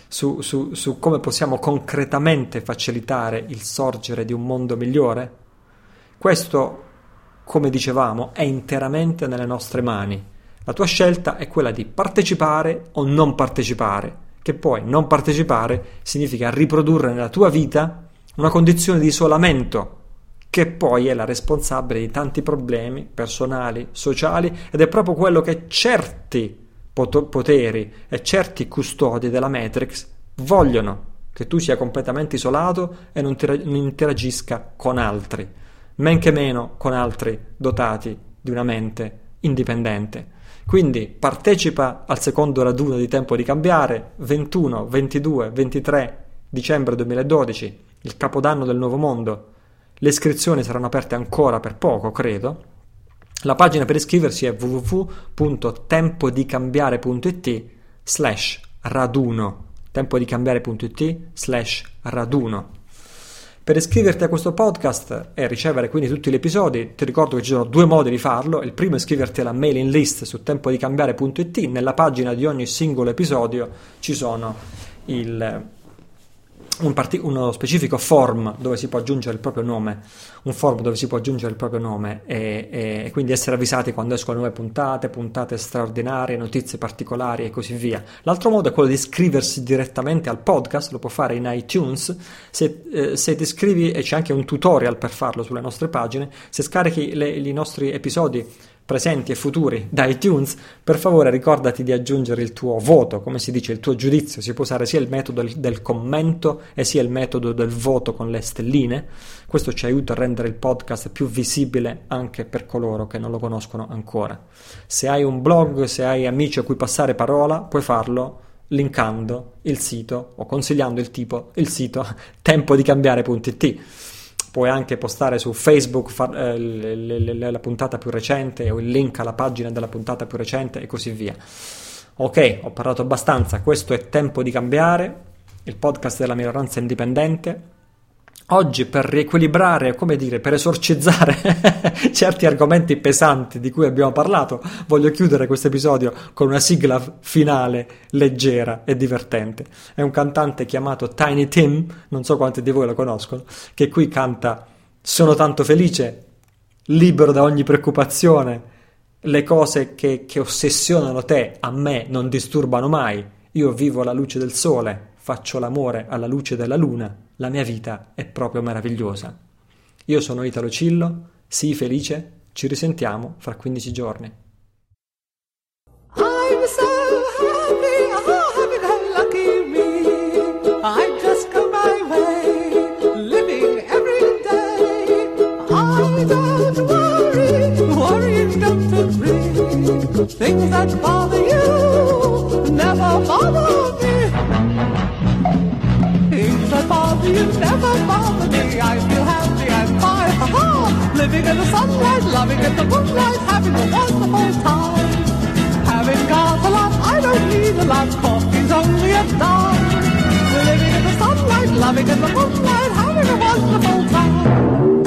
su come possiamo concretamente facilitare il sorgere di un mondo migliore? Questo, come dicevamo, è interamente nelle nostre mani. La tua scelta è quella di partecipare o non partecipare, che poi non partecipare significa riprodurre nella tua vita una condizione di isolamento, che poi è la responsabile di tanti problemi personali, sociali, ed è proprio quello che certi poteri e certi custodi della Matrix vogliono, che tu sia completamente isolato e non interagisca con altri, men che meno con altri dotati di una mente indipendente. Quindi partecipa al secondo raduno di Tempo di Cambiare, 21, 22, 23 dicembre 2012, il capodanno del nuovo mondo. Le iscrizioni saranno aperte ancora per poco, credo. La pagina per iscriversi è www.tempodicambiare.it/raduno, tempodicambiare.it/raduno. Per iscriverti a questo podcast e ricevere quindi tutti gli episodi, ti ricordo che ci sono 2 modi di farlo. Il primo è iscriverti alla mailing list su tempodicambiare.it. Nella pagina di ogni singolo episodio ci sono uno specifico form dove si può aggiungere il proprio nome, e quindi essere avvisati quando escono nuove puntate straordinarie, notizie particolari e così via. L'altro modo è quello di iscriversi direttamente al podcast, lo può fare in iTunes. Se ti iscrivi, e c'è anche un tutorial per farlo sulle nostre pagine, se scarichi i nostri episodi presenti e futuri da iTunes, per favore ricordati di aggiungere il tuo voto, come si dice, il tuo giudizio. Si può usare sia il metodo del commento e sia il metodo del voto con le stelline. Questo ci aiuta a rendere il podcast più visibile anche per coloro che non lo conoscono ancora. Se hai un blog, se hai amici a cui passare parola, puoi farlo linkando il sito o consigliando il sito tempodicambiare.it. Puoi anche postare su Facebook la puntata più recente o il link alla pagina della puntata più recente e così via. Ok, ho parlato abbastanza. Questo è Tempo di Cambiare, il podcast della minoranza indipendente. Oggi, per riequilibrare, per esorcizzare certi argomenti pesanti di cui abbiamo parlato, voglio chiudere questo episodio con una sigla finale leggera e divertente. È un cantante chiamato Tiny Tim, non so quanti di voi lo conoscono, che qui canta: sono tanto felice, libero da ogni preoccupazione, le cose che ossessionano te a me non disturbano mai, io vivo alla luce del sole, faccio l'amore alla luce della luna, la mia vita è proprio meravigliosa. Io sono Italo Cillo, sii felice, ci risentiamo fra 15 giorni. I'm so happy, lucky me. I just go my way, living every day. I don't worry don't agree. Things that bother you never bother me. Things that bother you never bother me. I feel happy, I'm fine, ha-ha. Living in the sunlight, loving in the moonlight, having a wonderful time. Having got a lot, I don't need a lot, coffee's only a dime. Living in the sunlight, loving in the moonlight, having a wonderful time.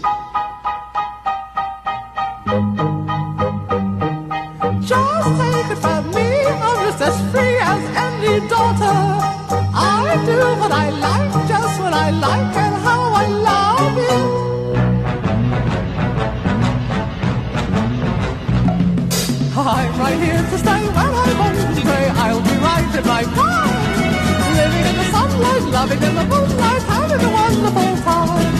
Just take it from me, I'm just as free as any daughter. I do what I like, just what I like, and how I love it. I'm right here to stay when I'm old and grey. I'll be right in my prime, living in the sunlight, loving in the moonlight, having a wonderful time.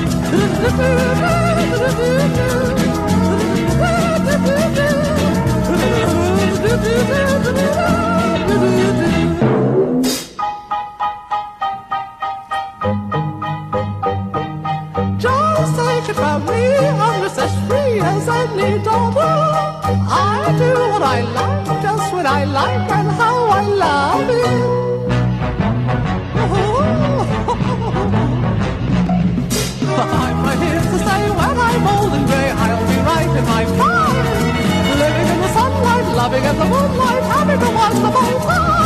Just take it from me, I'm just as free as any daughter. I do what I like, just what I like, and how I love it. I'm right here to stay when I'm old and grey. I'll be right in my prime, living in the sunlight, loving in the moonlight, having a wonderful time.